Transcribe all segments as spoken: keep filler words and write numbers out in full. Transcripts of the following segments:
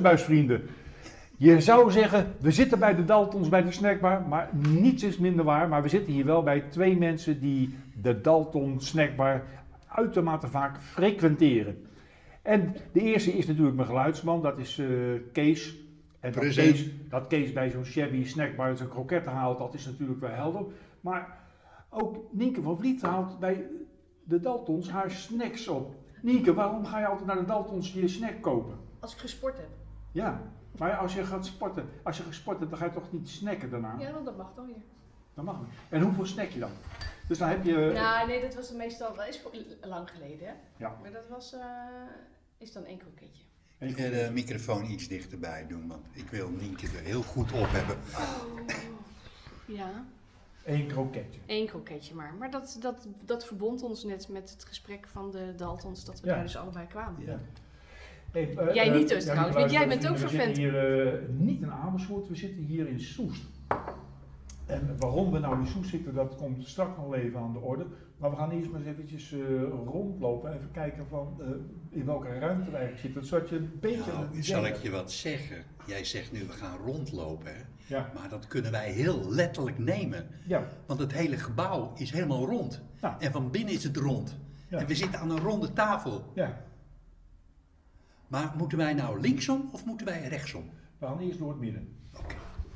Buisvrienden. Je zou zeggen, we zitten bij de Daltons, bij die snackbar, maar niets is minder waar. Maar we zitten hier wel bij twee mensen die de Dalton snackbar uitermate vaak frequenteren. En de eerste is natuurlijk mijn geluidsman, dat is uh, Kees. En dat Kees, dat Kees bij zo'n shabby snackbar zijn kroketten haalt, dat is natuurlijk wel helder. Maar ook Nienke van Vliet haalt bij de Daltons haar snacks op. Nienke, waarom ga je altijd naar de Daltons je snack kopen? Als ik gesport heb. Ja, maar als je gaat sporten, als je gesport hebt, dan ga je toch niet snacken daarna? Ja, want dat mag dan weer. Dat mag niet. En hoeveel snack je dan? Dus dan heb je... Nou, nee, dat was meestal, dat is voor lang geleden, hè? Ja. Maar dat was, uh, is dan één kroketje. Ik ga de microfoon iets dichterbij doen, want ik wil Nienke er heel goed op hebben. Oh, ja. Eén kroketje. Eén kroketje maar. Maar dat, dat, dat verbond ons net met het gesprek van de Daltons, dat we Ja. daar dus allebei kwamen. Ja. Hey, uh, Jij niet dus uh, trouwens, ja, want jij bent ook we vervent. zitten hier uh, niet in Amersfoort, we zitten hier in Soest. En waarom we nou in Soest zitten, dat komt straks nog even aan de orde. Maar we gaan eerst maar eens eventjes uh, rondlopen, even kijken van uh, in welke ruimte we eigenlijk zitten. Zodat je een beetje... Nou, een zal idee ik je wat zeggen? Jij zegt nu we gaan rondlopen, hè? Ja. Maar dat kunnen wij heel letterlijk nemen. Ja. Want het hele gebouw is helemaal rond. Ja. En van binnen is het rond. Ja. En we zitten aan een ronde tafel. Ja, Maar moeten wij nou linksom of moeten wij rechtsom? we gaan eerst door het midden. Oké.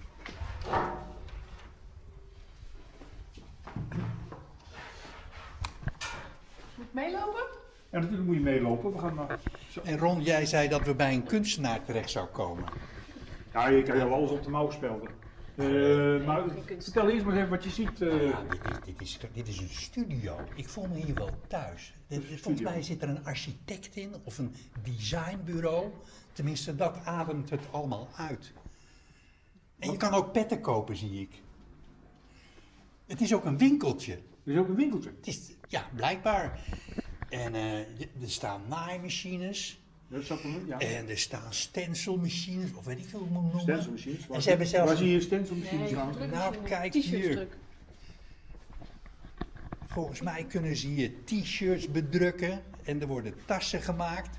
Moet ik meelopen? Ja, natuurlijk moet je meelopen. We gaan naar... Zo. En Ron, jij zei dat we bij een kunstenaar terecht zou komen. Ja, je kan wel alles op de mouw spelden. Uh, maar geen kunst. vertel eerst maar even wat je ziet. Uh, Ja, dit, is, dit, is, dit is een studio. Ik voel me hier wel thuis. is een Volgens studio. mij zit er een architect in of een designbureau. Tenminste, dat ademt het allemaal uit. En je kan ook petten kopen, zie ik. Het is ook een winkeltje. er is ook een winkeltje. Het is, ja, blijkbaar. En uh, er staan naaimachines. Dat zat er, ja. En er staan stencilmachines, of weet ik veel hoe ik moet noemen. Stencilmachines. En ze hebben zelfs Waar een- zie je stencilmachines Nee, staan? drukmachine. Nou, kijk T-shirts hier. druk. Volgens mij kunnen ze hier t-shirts bedrukken en er worden tassen gemaakt.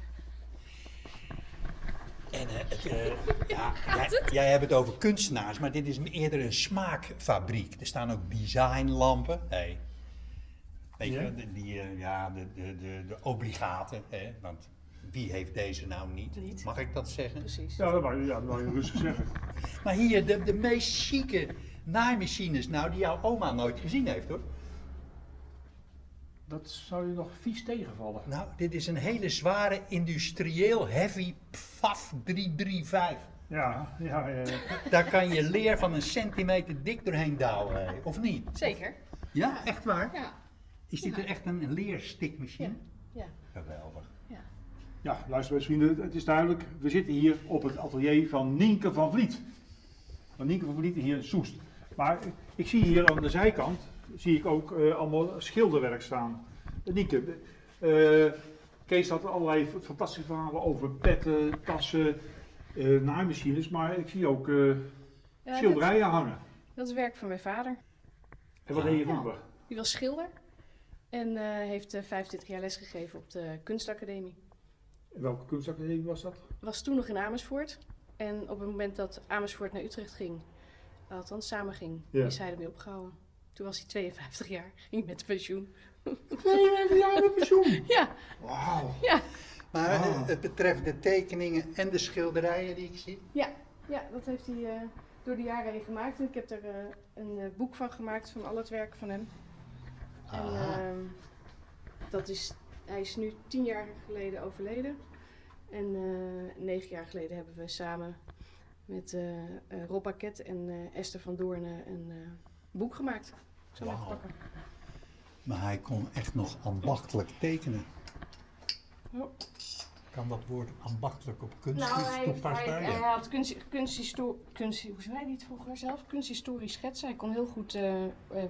En uh, het, uh, ja, jij, jij hebt het over kunstenaars, maar dit is eerder een smaakfabriek. Er staan ook designlampen. Hey. Weet Ja? je, de, die, uh, ja, de, de, de, de obligaten. Hè? Want wie heeft deze nou niet? Niet. Mag ik dat zeggen? Precies. Ja, dat wou je, ja, dat wou je rustig zeggen. Maar hier, de, de meest chique naaimachines nou, die jouw oma nooit gezien heeft hoor. Dat zou je nog vies tegenvallen. Nou, dit is een hele zware industrieel heavy P A F driehonderdvijfendertig. Ja, ja, ja. ja. Daar kan je leer van een centimeter dik doorheen douwen, hè? Of niet? Zeker. Ja, echt waar? Ja. Is dit Ja. er echt een leerstikmachine? Ja. Geweldig. Ja. Ja, luister eens vrienden, het is duidelijk. We zitten hier op het atelier van Nienke van Vliet. Van Nienke van Vliet hier in Soest. Maar ik zie hier aan de zijkant, zie ik ook uh, allemaal schilderwerk staan. Uh, Nienke, uh, Kees had allerlei fantastische verhalen over petten, tassen, uh, naaimachines. Maar ik zie ook uh, Ja, schilderijen hangen. Dat, dat is werk van mijn vader. En wat deed je Ja. vroeger? Die was schilder. En uh, heeft uh, vijfentwintig jaar lesgegeven op de kunstacademie. Welke kunstacademie was dat? Was toen nog in Amersfoort. En op het moment dat Amersfoort naar Utrecht ging, althans samen ging, Ja. is hij ermee opgehouden. Toen was hij tweeënvijftig jaar, ging met pensioen. tweeënvijftig jaar met pensioen. Ja, Wauw. ja, Maar Ah. eh, het betreft de tekeningen en de schilderijen die ik zie. ja, ja, dat heeft hij uh, door de jaren heen gemaakt. En ik heb er uh, een uh, boek van gemaakt van al het werk van hem. En Aha. uh, dat is, hij is nu tien jaar geleden overleden. En uh, negen jaar geleden hebben we samen met uh, uh, Rob Paquet en uh, Esther van Doornen een uh, boek gemaakt. Ik zal hem even Wauw. pakken. Maar hij kon echt nog ambachtelijk tekenen. Oh. Kan dat woord ambachtelijk op kunst Nou, hij, toepasbaar? hij, hij Ja. had kunst, kunsthisto- kunst, hoe zei hij het vroeger zelf? Kunsthistorisch schetsen. Hij kon heel goed uh, uh, uh,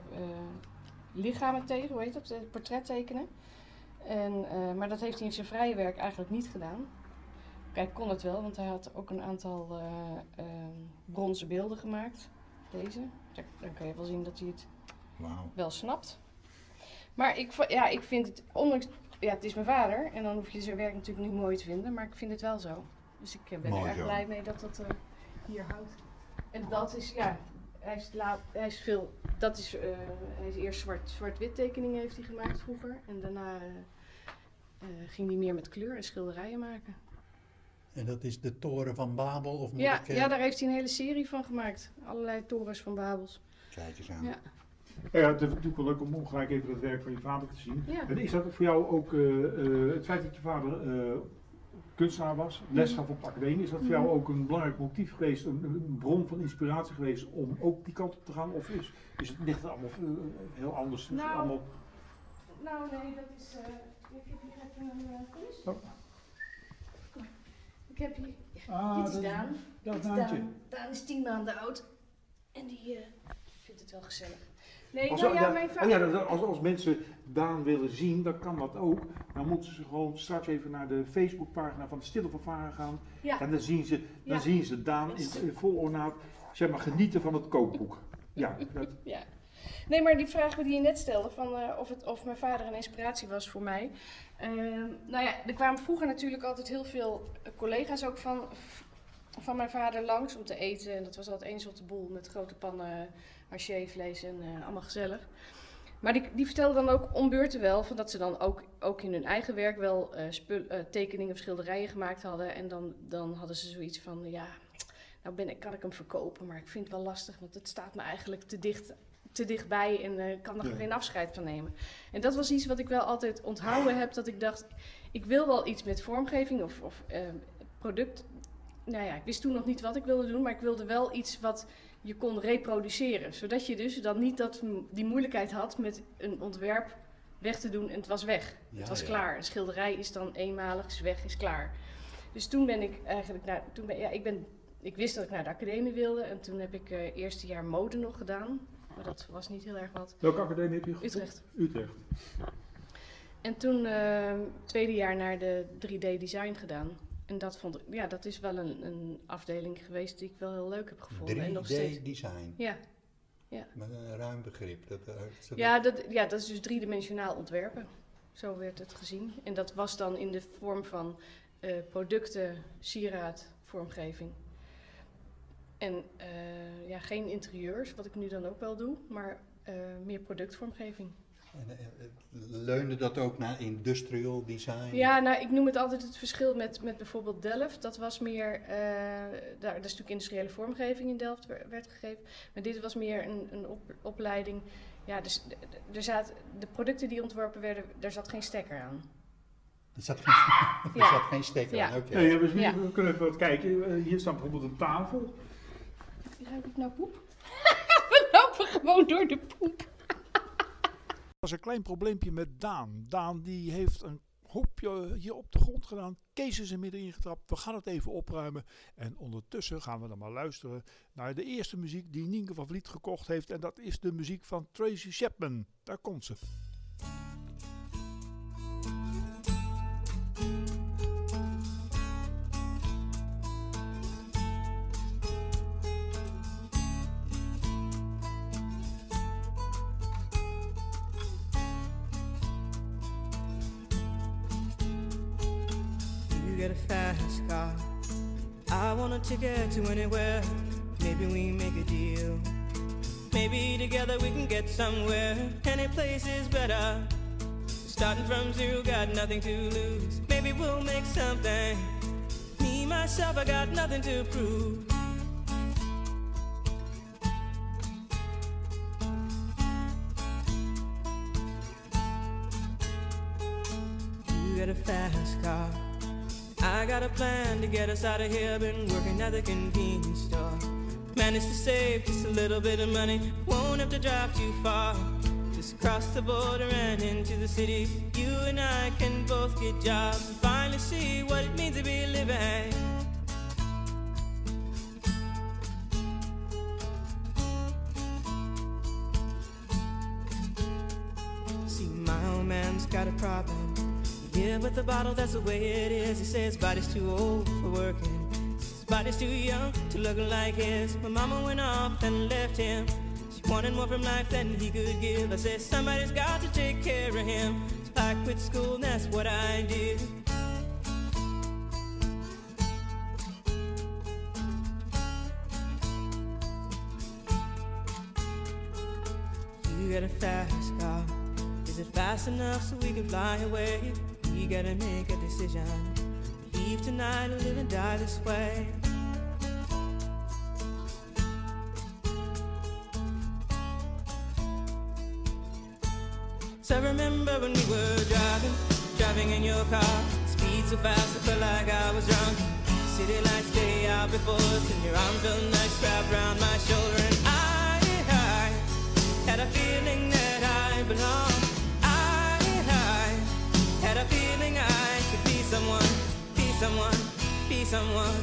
lichamen tekenen, hoe heet dat? Uh, portret tekenen. En, uh, maar dat heeft hij in zijn vrije werk eigenlijk niet gedaan. Kijk, kon het wel, want hij had ook een aantal uh, uh, bronzen beelden gemaakt. Deze. Dan kan je wel zien dat hij het Wauw. wel snapt. Maar ik, vo- ja, ik vind het, ondanks, ja, het is mijn vader en dan hoef je zijn werk natuurlijk niet mooi te vinden, maar ik vind het wel zo. Dus ik uh, ben Mooi er erg zo. blij mee dat dat uh, hier houdt. En dat is, ja, hij is, laat, hij is veel, dat is, uh, hij is eerst zwart, zwart-wit tekeningen heeft hij gemaakt vroeger. En daarna uh, uh, ging hij meer met kleur en schilderijen maken. En dat is de toren van Babel? Of moet Ja, ik, uh... ja, daar heeft hij een hele serie van gemaakt. Allerlei torens van Babels. Kijk eens aan. Ja. Ja, het is natuurlijk wel leuk om, om gelijk even het werk van je vader te zien. Ja. En is dat voor jou ook uh, uh, het feit dat je vader uh, kunstenaar was, les gaf op de academie, is dat voor jou ook een belangrijk motief geweest, een, een bron van inspiratie geweest om ook die kant op te gaan? Of is, is het ligt het allemaal uh, heel anders? Nou, allemaal... nou nee, dat is, uh, ik heb hier even een uh, quiz. Oh. Ik heb hier, Ah, dit is dat- Daan. dat Dit is Daantje. Daan. Daan is tien maanden oud en die uh, vindt het wel gezellig. Nee, Als, nou ja, ja, mijn oh vader... ja, dat- als, als mensen Daan willen zien, dan kan dat ook. Dan moeten ze gewoon straks even naar de Facebookpagina van de Stille Vervaren gaan. Ja. En dan zien ze, dan Ja. zien ze Daan in, in vol ornaat, zeg maar, genieten van het kookboek. Ja, dat, Ja. Nee, maar die vraag die je net stelde, van, uh, of, het, of mijn vader een inspiratie was voor mij. Uh, nou ja, er kwamen vroeger natuurlijk altijd heel veel collega's ook van, van mijn vader langs om te eten. En dat was altijd één zotte boel met grote pannen hachevlees en uh, allemaal gezellig. Maar die, die vertelden dan ook om beurten wel, van dat ze dan ook, ook in hun eigen werk wel uh, spul, uh, tekeningen of schilderijen gemaakt hadden. En dan, dan hadden ze zoiets van, ja, nou ben ik, kan ik hem verkopen, maar ik vind het wel lastig, want het staat me eigenlijk te dicht... te dichtbij en ik uh, kan er Ja. geen afscheid van nemen. En dat was iets wat ik wel altijd onthouden heb, dat ik dacht, ik wil wel iets met vormgeving of, of uh, product. Nou ja, ik wist toen nog niet wat ik wilde doen, maar ik wilde wel iets wat je kon reproduceren. Zodat je dus dan niet dat, die moeilijkheid had met een ontwerp weg te doen en het was weg. Ja, het was ja. klaar. Een schilderij is dan eenmalig, is weg, is klaar. Dus toen ben ik eigenlijk naar, toen ben, ja, ik ben, ik wist dat ik naar de academie wilde en toen heb ik uh, eerste jaar mode nog gedaan. Maar dat was niet heel erg wat. welke academie heb je gevolgd? Utrecht. Utrecht. En toen uh, tweede jaar naar de drie D design gedaan. En dat vond ik, ja, dat is wel een, een afdeling geweest die ik wel heel leuk heb gevonden. En nog steeds. drie D design. Ja. Met een ruim begrip. Dat, uh, is dat Ja, dat, ja, dat is dus driedimensionaal ontwerpen. Zo werd het gezien. En dat was dan in de vorm van uh, producten, sieraad, vormgeving. En uh, ja, geen interieurs, wat ik nu dan ook wel doe, maar uh, meer productvormgeving. En, uh, leunde dat ook naar industrial design? Ja, nou, ik noem het altijd het verschil met, met bijvoorbeeld Delft. Dat was meer, uh, daar, dat is natuurlijk industriële vormgeving in Delft werd gegeven. Maar dit was meer een, een op, opleiding. Ja, dus er zat, de producten die ontworpen werden, daar zat geen stekker aan. Er zat geen, er Ja. zat geen stekker Ja. aan, oké. Nee, we, Ja. we kunnen even wat kijken. Uh, hier staat bijvoorbeeld een tafel. Ruik ik nou poep? We lopen gewoon door de poep. Er was een klein probleempje met Daan. Daan die heeft een hoopje hier op de grond gedaan. Kees is er midden ingetrapt. We gaan het even opruimen. En ondertussen gaan we dan maar luisteren naar de eerste muziek die Nienke van Vliet gekocht heeft. En dat is de muziek van Tracy Chapman. Daar komt ze. You get a fast car. I want a ticket to anywhere. Maybe we make a deal. Maybe together we can get somewhere. Any place is better. Starting from zero, got nothing to lose. Maybe we'll make something. Me, myself, I got nothing to prove. You get a fast car. I got a plan to get us out of here. Been working at the convenience store. Managed to save just a little bit of money. Won't have to drive too far. Just cross the border and into the city. You and I can both get jobs and finally see what it means to be living. See, my old man's got a problem. Yeah, with the bottle, that's the way it is. He says his body's too old for working. His body's too young to look like his. My mama went off and left him. She wanted more from life than he could give. I said, somebody's got to take care of him. So I quit school and that's what I did. got a fast car. Is it fast enough so we can fly away? We gotta make a decision. Leave tonight or live and die this way. So I remember when we were driving, driving in your car. Speed so fast I felt like I was drunk. City lights lay out before us, and your arm felt nice wrapped around my shoulder. And I, I had a feeling that I belonged. I, I had a feeling I could be someone, be someone, be someone.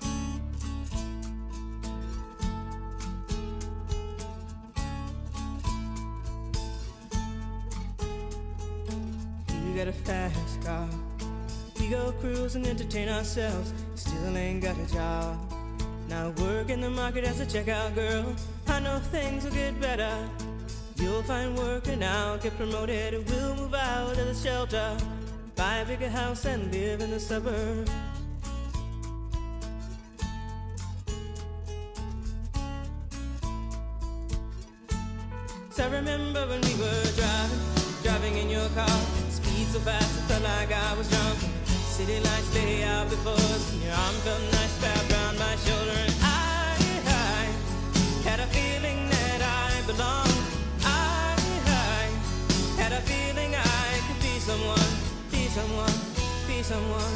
You got a fast car. We go cruise and entertain ourselves. Still ain't got a job. Now work in the market as a checkout girl. I know things will get better. You'll find work and I'll get promoted. We'll move out of the shelter, buy a bigger house and live in the suburbs. So I remember when we were driving, driving in your car. Speed so fast it felt like I was drunk. City lights lay out before us, and your arm felt nice wrapped around my shoulder. And I, I had a feeling that I belonged. I, I had a feeling I could be someone, be someone, be someone.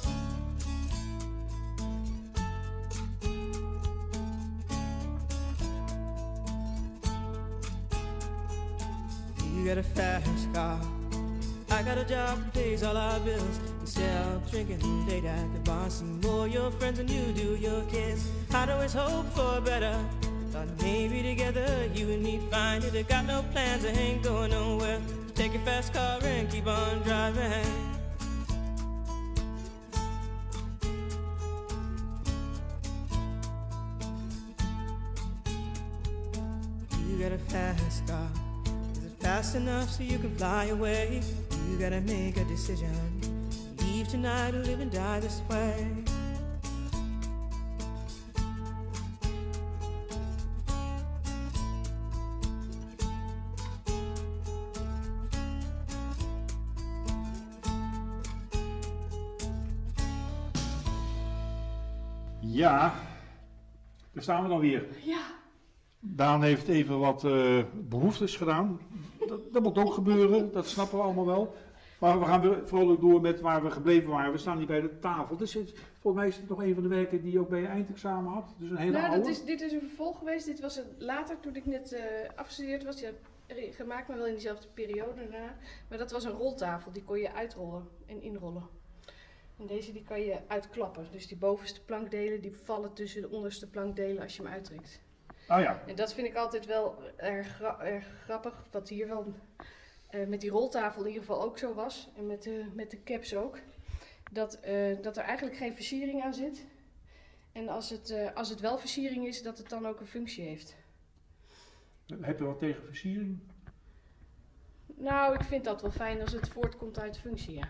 You got a fast car. I got a job that pays all our bills. Instead of drinking late at the bar, some more your friends than you do your kids. I'd always hope for better. Thought maybe together you and me'd find it. I got no plans, I ain't going nowhere. So take your fast car and keep on driving. You got a fast car. Is it fast enough so you can fly away? You gotta make a decision. Leave tonight or live and die this way. Ja, daar staan we dan weer. Ja. Daan heeft even wat uh, behoeftes gedaan. Dat, dat moet ook gebeuren, dat snappen we allemaal wel. Maar we gaan weer vrolijk door met waar we gebleven waren. We staan hier bij de tafel. Dus het, volgens mij is het nog een van de werken die je ook bij je eindexamen had. Dus een hele Nou, oude. dat is, dit is een vervolg geweest. Dit was een, later, toen ik net uh, afgestudeerd was. Ja, gemaakt, maar wel in diezelfde periode daarna. Maar dat was een roltafel. Die kon je uitrollen en inrollen. En deze die kan je uitklappen. Dus die bovenste plankdelen die vallen tussen de onderste plankdelen als je hem uittrekt. Ah ja. En dat vind ik altijd wel erg, gra- erg grappig. Wat hier wel uh, met die roltafel in ieder geval ook zo was. En met de, met de caps ook. Dat, uh, dat er eigenlijk geen versiering aan zit. En als het, uh, als het wel versiering is, dat het dan ook een functie heeft. Heb je wat tegen versiering? Nou, ik vind dat wel fijn als het voortkomt uit functie, ja.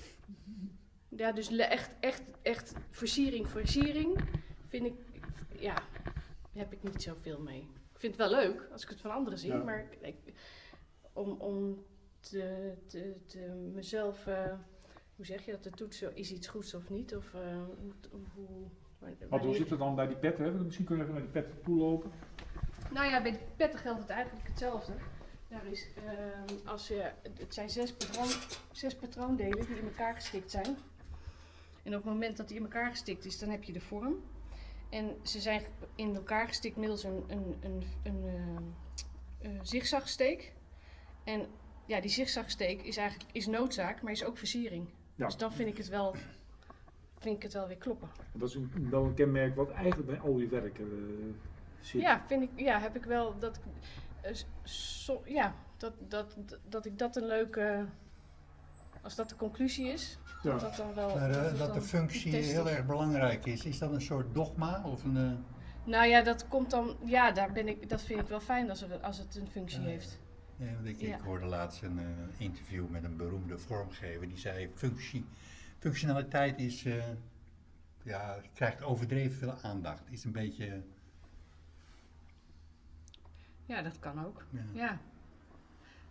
Ja, dus le- echt, echt, echt versiering, versiering vind ik, ja, daar heb ik niet zoveel mee. Ik vind het wel leuk als ik het van anderen zie, Ja. maar ik, ik, om, om te, te, te mezelf, uh, hoe zeg je dat, te toetsen, is iets goeds of niet? Of uh, hoe, hoe, Want hoe zit het dan bij die petten? Hè? Misschien kunnen we even naar die petten toe lopen. Nou ja, bij de petten geldt het eigenlijk hetzelfde. Daar is, uh, als je, het zijn zes, patroon, zes patroondelen die in elkaar gestikt zijn. En op het moment dat die in elkaar gestikt is, dan heb je de vorm. En ze zijn in elkaar gestikt middels een, een, een, een, een, een zigzagsteek. En ja, die zigzagsteek is eigenlijk is noodzaak, maar is ook versiering. Ja. Dus dan vind ik het wel, vind ik het wel weer kloppen. Dat is een, wel een kenmerk wat eigenlijk bij al je werken uh, zit. Ja, vind ik, ja, heb ik wel dat, uh, so, ja, dat, dat, dat ik dat een leuke, als dat de conclusie is. Ja. Dat, dat, dan wel, Maar, uh, dat, het dat de dan functie getest heel is. erg belangrijk is. Is dat een soort dogma? Of een, uh... Nou ja, dat komt dan, ja, daar ben ik, dat vind ik wel fijn als, er, als het een functie Ja. heeft. Ja, want ik, Ja. ik hoorde laatst een uh, interview met een beroemde vormgever. Die zei, functie, functionaliteit is, uh, ja, krijgt overdreven veel aandacht. Is een beetje, Ja, dat kan ook. ja. Ja.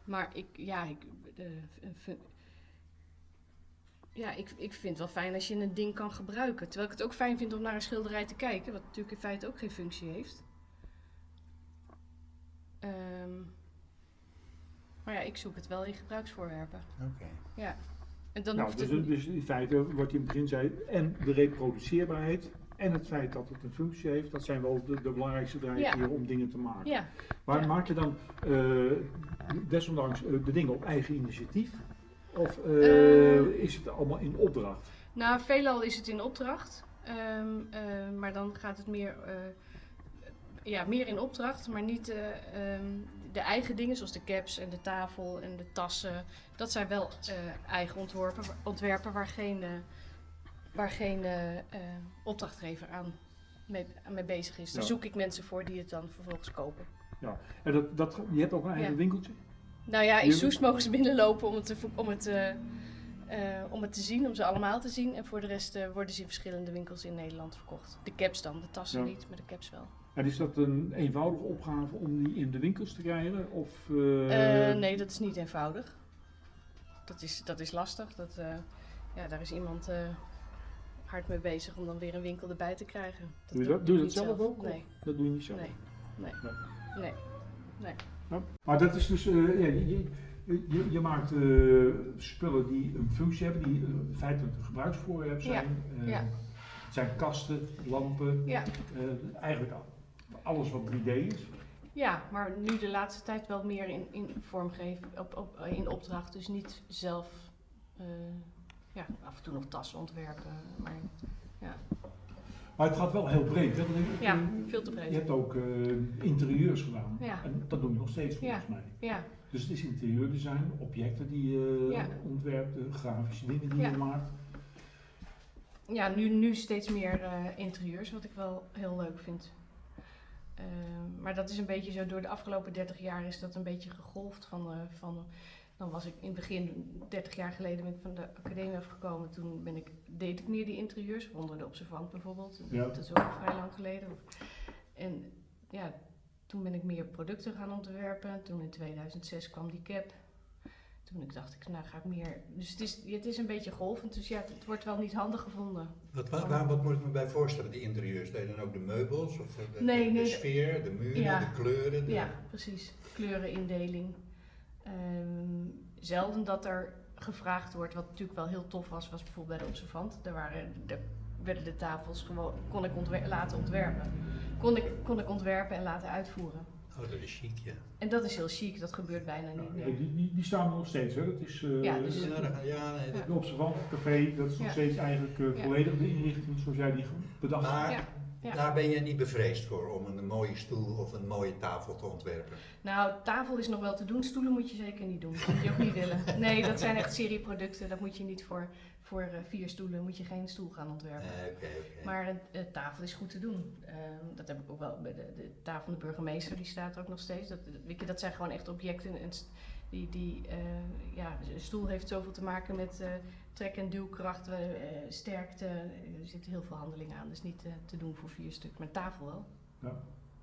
Maar ik, ja, ik, de, v- ja ik, ik vind het wel fijn als je een ding kan gebruiken. Terwijl ik het ook fijn vind om naar een schilderij te kijken, wat natuurlijk in feite ook geen functie heeft. Ehm, maar ja, ik zoek het wel in gebruiksvoorwerpen. Oké. Ja. En dan Nou, hoeft dus, het dus in feite, wat je in het begin zei, en de reproduceerbaarheid en het feit dat het een functie heeft, dat zijn wel de, de belangrijkste drijfveren Ja. om dingen te maken. Ja. Maar Ja. maak je dan uh, desondanks uh, de dingen op eigen initiatief? Of uh, Uh, is het allemaal in opdracht? Nou, veelal is het in opdracht. Um, uh, maar dan gaat het meer, uh, ja, meer in opdracht, maar niet uh, um, de eigen dingen zoals de caps en de tafel en de tassen. Dat zijn wel uh, eigen ontworpen, ontwerpen waar geen, uh, waar geen uh, uh, opdrachtgever aan mee, mee bezig is. Daar Ja. zoek ik mensen voor die het dan vervolgens kopen. Ja, en dat, dat, je hebt ook een eigen Ja. winkeltje? Nou ja, in Je- Soest mogen ze binnenlopen om het, te, vo- om, het, uh, uh, om het te zien, om ze allemaal te zien. En voor de rest uh, worden ze in verschillende winkels in Nederland verkocht. De caps dan, de tassen Ja. niet, maar de caps wel. En is dat een eenvoudige opgave om die in de winkels te krijgen? Of, uh, Uh, nee, dat is niet eenvoudig. Dat is, dat is lastig. Dat, uh, ja, daar is iemand uh, hard mee bezig om dan weer een winkel erbij te krijgen. Doe je dat, doe je dat ik niet zelf ook? Nee, Dat doe je niet zelf? nee, nee, Nee. nee. nee. Ja. Maar dat is dus, uh, ja, je, je, je, je maakt uh, spullen die een functie hebben, die uh, feitelijk een gebruiksvoorwerp zijn. Ja, Uh, ja. Het zijn kasten, lampen, Ja. uh, eigenlijk al- alles wat drie D is. Ja, maar nu de laatste tijd wel meer in, in vormgeven, op, op, in opdracht. Dus niet zelf, uh, ja, af en toe nog tassen ontwerpen. Maar ja, Maar het gaat wel heel breed. Hè? Want ik- ja uh, veel te breed. Je hebt ook uh, interieurs gedaan. Ja. En dat doe je nog steeds volgens Ja. mij. Ja, Dus het is interieurdesign, objecten die je Ja. ontwerpt, uh, grafische dingen die Ja. je maakt. ja nu, nu steeds meer uh, interieurs, wat ik wel heel leuk vind. Uh, maar dat is een beetje zo, door de afgelopen dertig jaar is dat een beetje gegolfd. Van, uh, van, dan was ik in het begin, dertig jaar geleden, ben ik van de academie afgekomen. Toen ben ik, deed ik meer die interieurs, onder de observant bijvoorbeeld. Ja. Dat is ook vrij lang geleden. En ja, toen ben ik meer producten gaan ontwerpen. Toen in tweeduizend zes kwam die cap. Toen ik dacht ik, nou ga ik meer... Dus het is, het is een beetje golvend, dus ja, het, het wordt wel niet handig gevonden. Wat, wat, waar- wat moet ik me bij voorstellen, die interieurs? Deed je dan ook de meubels? Of de, Nee, de, nee. de sfeer, de muren, Ja. de kleuren? De... Ja, precies. Kleurenindeling. Ehm, zelden dat er gevraagd wordt, wat natuurlijk wel heel tof was, was bijvoorbeeld bij de observant. Daar, waren, daar werden de tafels gewoon, kon ik ontwer- laten ontwerpen. Kon ik, kon ik ontwerpen en laten uitvoeren. Oh, dat is chic, ja. En dat is heel chic, dat gebeurt bijna niet Ja, meer. die, die, die staan er nog steeds. Hè? Dat is, uh, Ja, dus- Ja, dan ga- ja, nee, dat- de observant café, dat is nog Ja. steeds eigenlijk uh, Ja. volledig de inrichting zoals jij die bedacht hebt. Maar Ja, ja. daar ben je niet bevreesd voor om een mooie stoel of een mooie tafel te ontwerpen. Nou, tafel is nog wel te doen. Stoelen moet je zeker niet doen. Dat moet je ook niet willen. Nee, dat zijn echt serieproducten. Dat moet je niet voor, voor uh, vier stoelen, moet je geen stoel gaan ontwerpen. Eh, Oké, oké. Maar een uh, tafel is goed te doen. Uh, dat heb ik ook wel bij de, de tafel van de burgemeester, die staat er ook nog steeds. Dat, weet je, dat zijn gewoon echt objecten. En st- die, die, uh, ja, een stoel heeft zoveel te maken met uh, trek- en duwkracht, uh, sterkte. Er zitten heel veel handelingen aan. Dus niet uh, te doen voor vier stuk, maar tafel wel. Ja.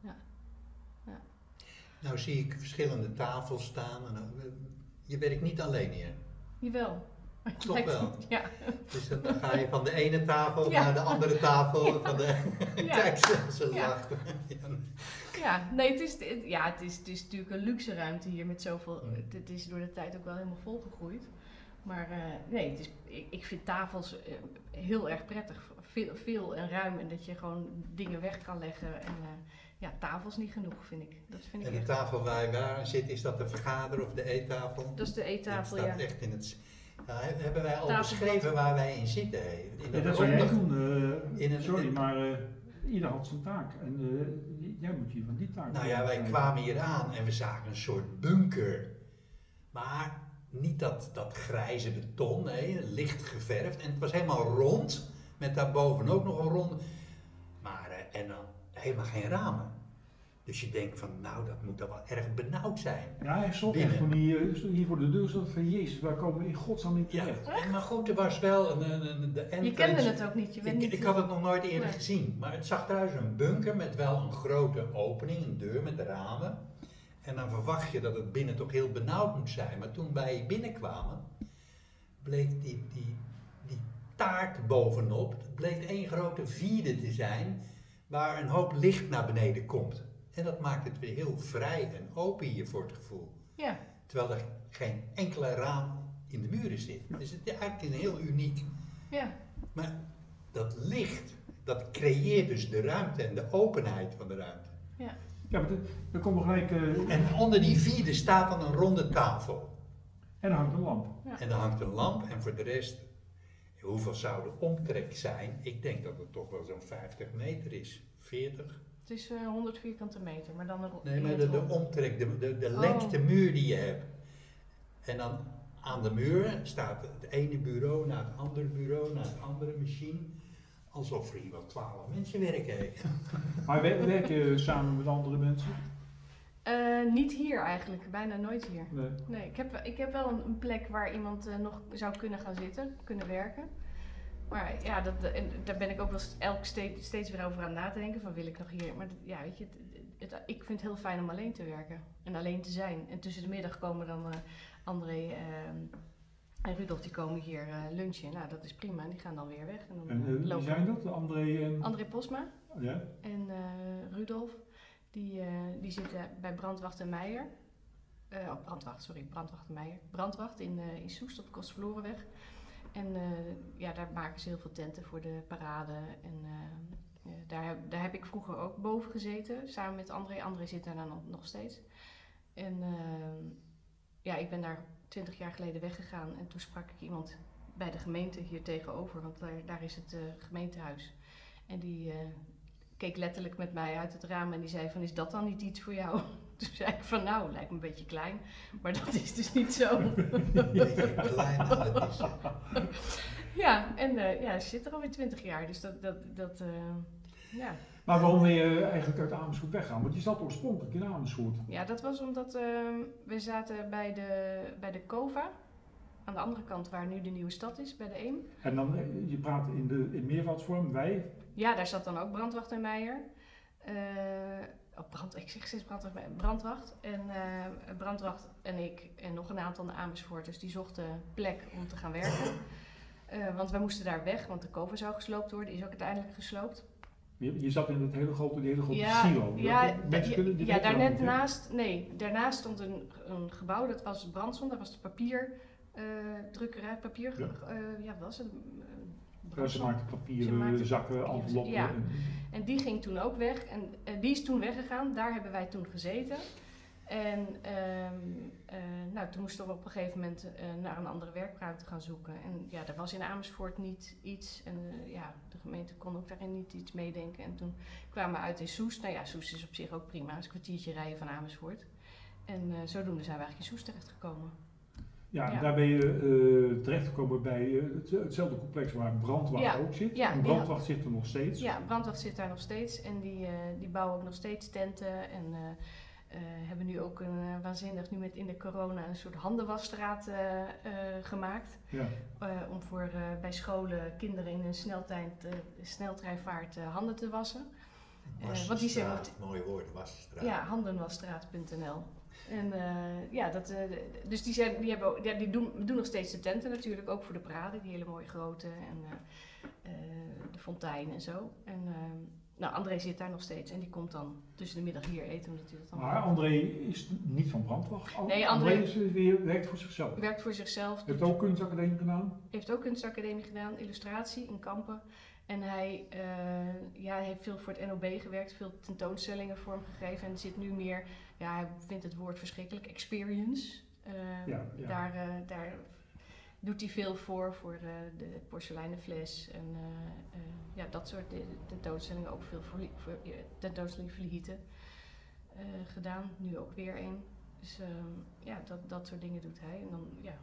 Nou zie ik verschillende tafels staan. En, uh, je werkt niet alleen hier. Jawel. Toch Lijkt wel? het, Ja. Dus dan dan ga je van de ene tafel Ja. naar de andere tafel. Ja. Van de... Ja. Kijk, ze, ze Ja. lacht. Ja, nee, het is, het- ja, het is, het is natuurlijk een luxe ruimte hier met zoveel. Mm. Het, het is door de tijd ook wel helemaal volgegroeid. Maar uh, nee, het is, ik, ik vind tafels uh, heel erg prettig. Veel, veel en ruim en dat je gewoon dingen weg kan leggen. En uh, ja, tafels niet genoeg, vind ik. Dat vind ik En de echt. tafel waar je waar zit, is dat de vergader- of de eettafel? Dat is de eettafel, Het staat ja. echt in het... Ja, he- hebben wij al Tafelblad. beschreven waar wij in zitten? hè? In Ja, dat dat zou jij ronde- doen. uh, in een- sorry, in- maar uh, ieder had zijn taak. En uh, jij moet hier van die taak. Nou ja, wij krijgen. kwamen hier aan en we zagen een soort bunker. Maar niet dat, dat grijze beton, nee, licht geverfd. En het was helemaal rond, met daarboven ook nog een ronde. Maar, eh, en dan helemaal geen ramen. Dus je denkt van, nou, dat moet dan wel erg benauwd zijn. Ja, hij stond Binnen. echt toen hij uh, hier voor de deur zat van Jezus, waar komen we in godsnaam in Ja, terecht? maar goed, er was wel een... een, een de Je entrance- kende het ook niet. Je bent Ik, niet ik had het nog nooit eerder Nee. gezien, maar het zag eruit als een bunker met wel een grote opening, een deur met ramen. En dan verwacht je dat het binnen toch heel benauwd moet zijn. Maar toen wij binnenkwamen, bleek die, die, die taart bovenop, het bleek één grote vierde te zijn, waar een hoop licht naar beneden komt. En dat maakt het weer heel vrij en open hier voor het gevoel. Ja. Terwijl er geen enkele raam in de muren zit. Dus het is eigenlijk heel uniek. Ja. Maar dat licht, dat creëert dus de ruimte en de openheid van de ruimte. Ja. Ja, maar de- dan komen we gelijk... eh, En onder die vierde staat dan een ronde tafel. en er hangt een lamp. Ja. En er hangt een lamp en voor de rest, hoeveel zou de omtrek zijn? Ik denk dat het toch wel zo'n vijftig meter is, veertig. Het is eh, honderd vierkante meter, maar dan een ro- Nee, in maar het de, de rond. omtrek, de, de, de Oh. lengte muur die je hebt. En dan aan de muur staat het ene bureau naar het andere bureau, naar het andere machine. Alsof er hier wel twaalf mensen werken. hè. Maar we werken je samen met andere mensen? Eh, niet hier eigenlijk, bijna nooit hier. Nee. Nee, ik heb, ik heb wel een, een plek waar iemand eh, nog zou kunnen gaan zitten, kunnen werken. Maar ja, dat, en daar ben ik ook wel st- elk steeds, steeds weer over aan na te denken. Van wil ik nog hier? Maar dat- ja, weet je, het, het- ik vind het heel fijn om alleen te werken. En alleen te zijn. En tussen de middag komen dan eh, André eh, en Rudolf, die komen hier eh, lunchen. Nou, dat is prima. En die gaan dan weer weg. En dan En eh, eh, wie lopen- zijn dat? André en... André Posma Ja? en eh, Rudolf. Die, eh, die zitten bij Brandwacht en Meijer. Eh, oh, Brandwacht, sorry, Brandwacht en Meijer. Brandwacht in, eh, in Soest op de Kostverlorenweg. En eh, ja, daar maken ze heel veel tenten voor de parade. En eh, eh, daar, heb, daar heb ik vroeger ook boven gezeten, samen met André. André zit daar dan nog, nog steeds. En eh, ja, ik ben daar twintig jaar geleden weggegaan. En toen sprak ik iemand bij de gemeente hier tegenover, want daar, daar is het eh, gemeentehuis. En die eh, keek letterlijk met mij uit het raam en die zei van, is dat dan niet iets voor jou? Toen zei ik van, nou, lijkt me een beetje klein, maar dat is dus niet zo. Beetje klein, nou, dat is, eh, Ja, en eh, ja, ze zit er alweer twintig jaar, dus dat, dat, dat eh, ja. Maar waarom ben je eigenlijk uit Amersfoort weggaan? Want je zat oorspronkelijk in Amersfoort. Ja, dat was omdat eh, we zaten bij de, bij de Cova, aan de andere kant waar nu de nieuwe stad is, bij de Eem. En dan, eh, je praat in, de, in meervoudsvorm, wij. Ja, daar zat dan ook Brandwacht en Meijer. Eh, oh, brand, ik zeg steeds Brandwacht, en Meijer. Brandwacht. En eh, Brandwacht en ik en nog een aantal Amersfoorters, die zochten plek om te gaan werken. Eh, want wij moesten daar weg, want de Cova zou gesloopt worden, die is ook uiteindelijk gesloopt. Je, je zat in dat hele grote, die hele grote Ja, silo. ja, Dat- mensen ja, kunnen, die ja weten daar dat net niet, hè? naast, nee, daarnaast stond een, een gebouw, dat was Brandson, dat was de papier, eh, drukkerij, papier, Ja. eh, ja, wat was het? Eh, Ja, ze Brandson. maakten Ze papieren, maakten zakken, papieren, enveloppen. ja. en- En die ging toen ook weg en eh, die is toen weggegaan, daar hebben wij toen gezeten. En ehm, eh, nou, toen moesten we op een gegeven moment eh, naar een andere werkruimte gaan zoeken. En ja, er was in Amersfoort niet iets. En eh, ja, de gemeente kon ook daarin niet iets meedenken. En toen kwamen we uit in Soest. Nou ja, Soest is op zich ook prima. Het is een kwartiertje rijden van Amersfoort. En eh, zodoende zijn we eigenlijk in Soest terechtgekomen. Ja, en Ja. daar ben je eh, terechtgekomen bij eh, het, hetzelfde complex waar Brandwacht Ja. ook zit. Ja, en die Brandwacht zit er nog steeds. Ja, Brandwacht zit daar nog steeds. En die, eh, die bouwen ook nog steeds tenten. En eh, eh, hebben nu ook een eh, waanzinnig, nu met in de corona, een soort handenwasstraat eh, eh, gemaakt. Ja. Eh, om voor eh, bij scholen kinderen in een sneltrein, eh, sneltreinvaart eh, handen te wassen. Eh, wat die zijn Wassenstraat, mooi woord, Wassenstraat. Ja, handenwasstraat punt n l. En eh, ja, dat, eh, dus die, zijn, die, hebben, ook- ja, die doen, doen nog steeds de tenten natuurlijk, ook voor de parade, die hele mooie grote en eh, eh, de fontein en zo. En eh, nou, André zit daar nog steeds en die komt dan tussen de middag hier eten, omdat hij dat dan Maar André is niet van Brandwacht. An- Nee, André- is weer, werkt voor zichzelf. werkt voor zichzelf, Heeft doet- ook kunstacademie gedaan. heeft ook kunstacademie gedaan, illustratie in Kampen. En hij, eh, ja, hij heeft veel voor het N O B gewerkt, veel tentoonstellingen vormgegeven en zit nu meer, ja, hij vindt het woord verschrikkelijk, experience. Eh, Ja, ja. Daar, eh, daar doet hij veel voor, voor eh, de porseleinen fles en eh, eh, ja, dat soort eh, tentoonstellingen, ook veel voor, li- voor eh, tentoonstellingen voor Lieten eh, gedaan, nu ook weer een. Dus ehm, ja, dat, dat soort dingen doet hij. En dan, ja.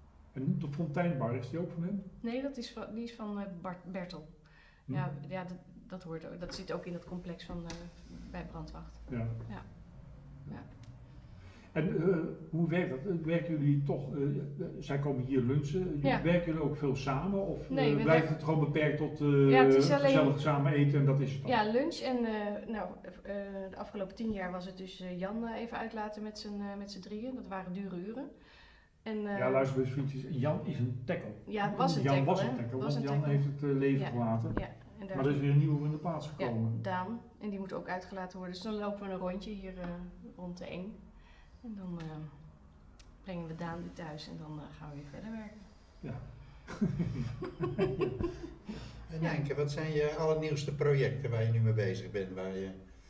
En de Fonteinbar, is die ook van hem? Nee, dat is van, die is van eh, Bart Bertel. Hm. Ja, ja dat, dat, hoort ook, dat zit ook in het complex van, eh, bij Brandwacht. Ja. Ja. Ja. En uh, hoe werkt dat? Werken jullie toch, uh, zij komen hier lunchen, Ja. werken jullie ook veel samen? Of Nee, uh, we blijft werken- het gewoon beperkt tot uh, Ja, het is alleen- gezellig samen eten en dat is het dan? Ja, lunch en uh, nou, uh, de afgelopen tien jaar was het dus uh, Jan uh, even uitlaten met z'n uh, met z'n drieën. Dat waren dure uren. En, uh, Ja, luister eens vriendjes, Jan is een tackle. Ja, het was een Jan tackle, was hè? een tackle, Was want een Jan tackle. heeft het uh, leven Ja. verlaten. Ja, en daar Maar er is weer een nieuwe in de plaats ja, gekomen. Daan. En die moet ook uitgelaten worden. Dus dan lopen we een rondje hier uh, rond de Eng. En dan uh, brengen we Daan weer thuis en dan uh, gaan we weer verder werken. Ja. En Nijnke, wat zijn je allernieuwste projecten waar je nu mee bezig bent? Waar je...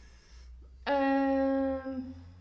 Ehm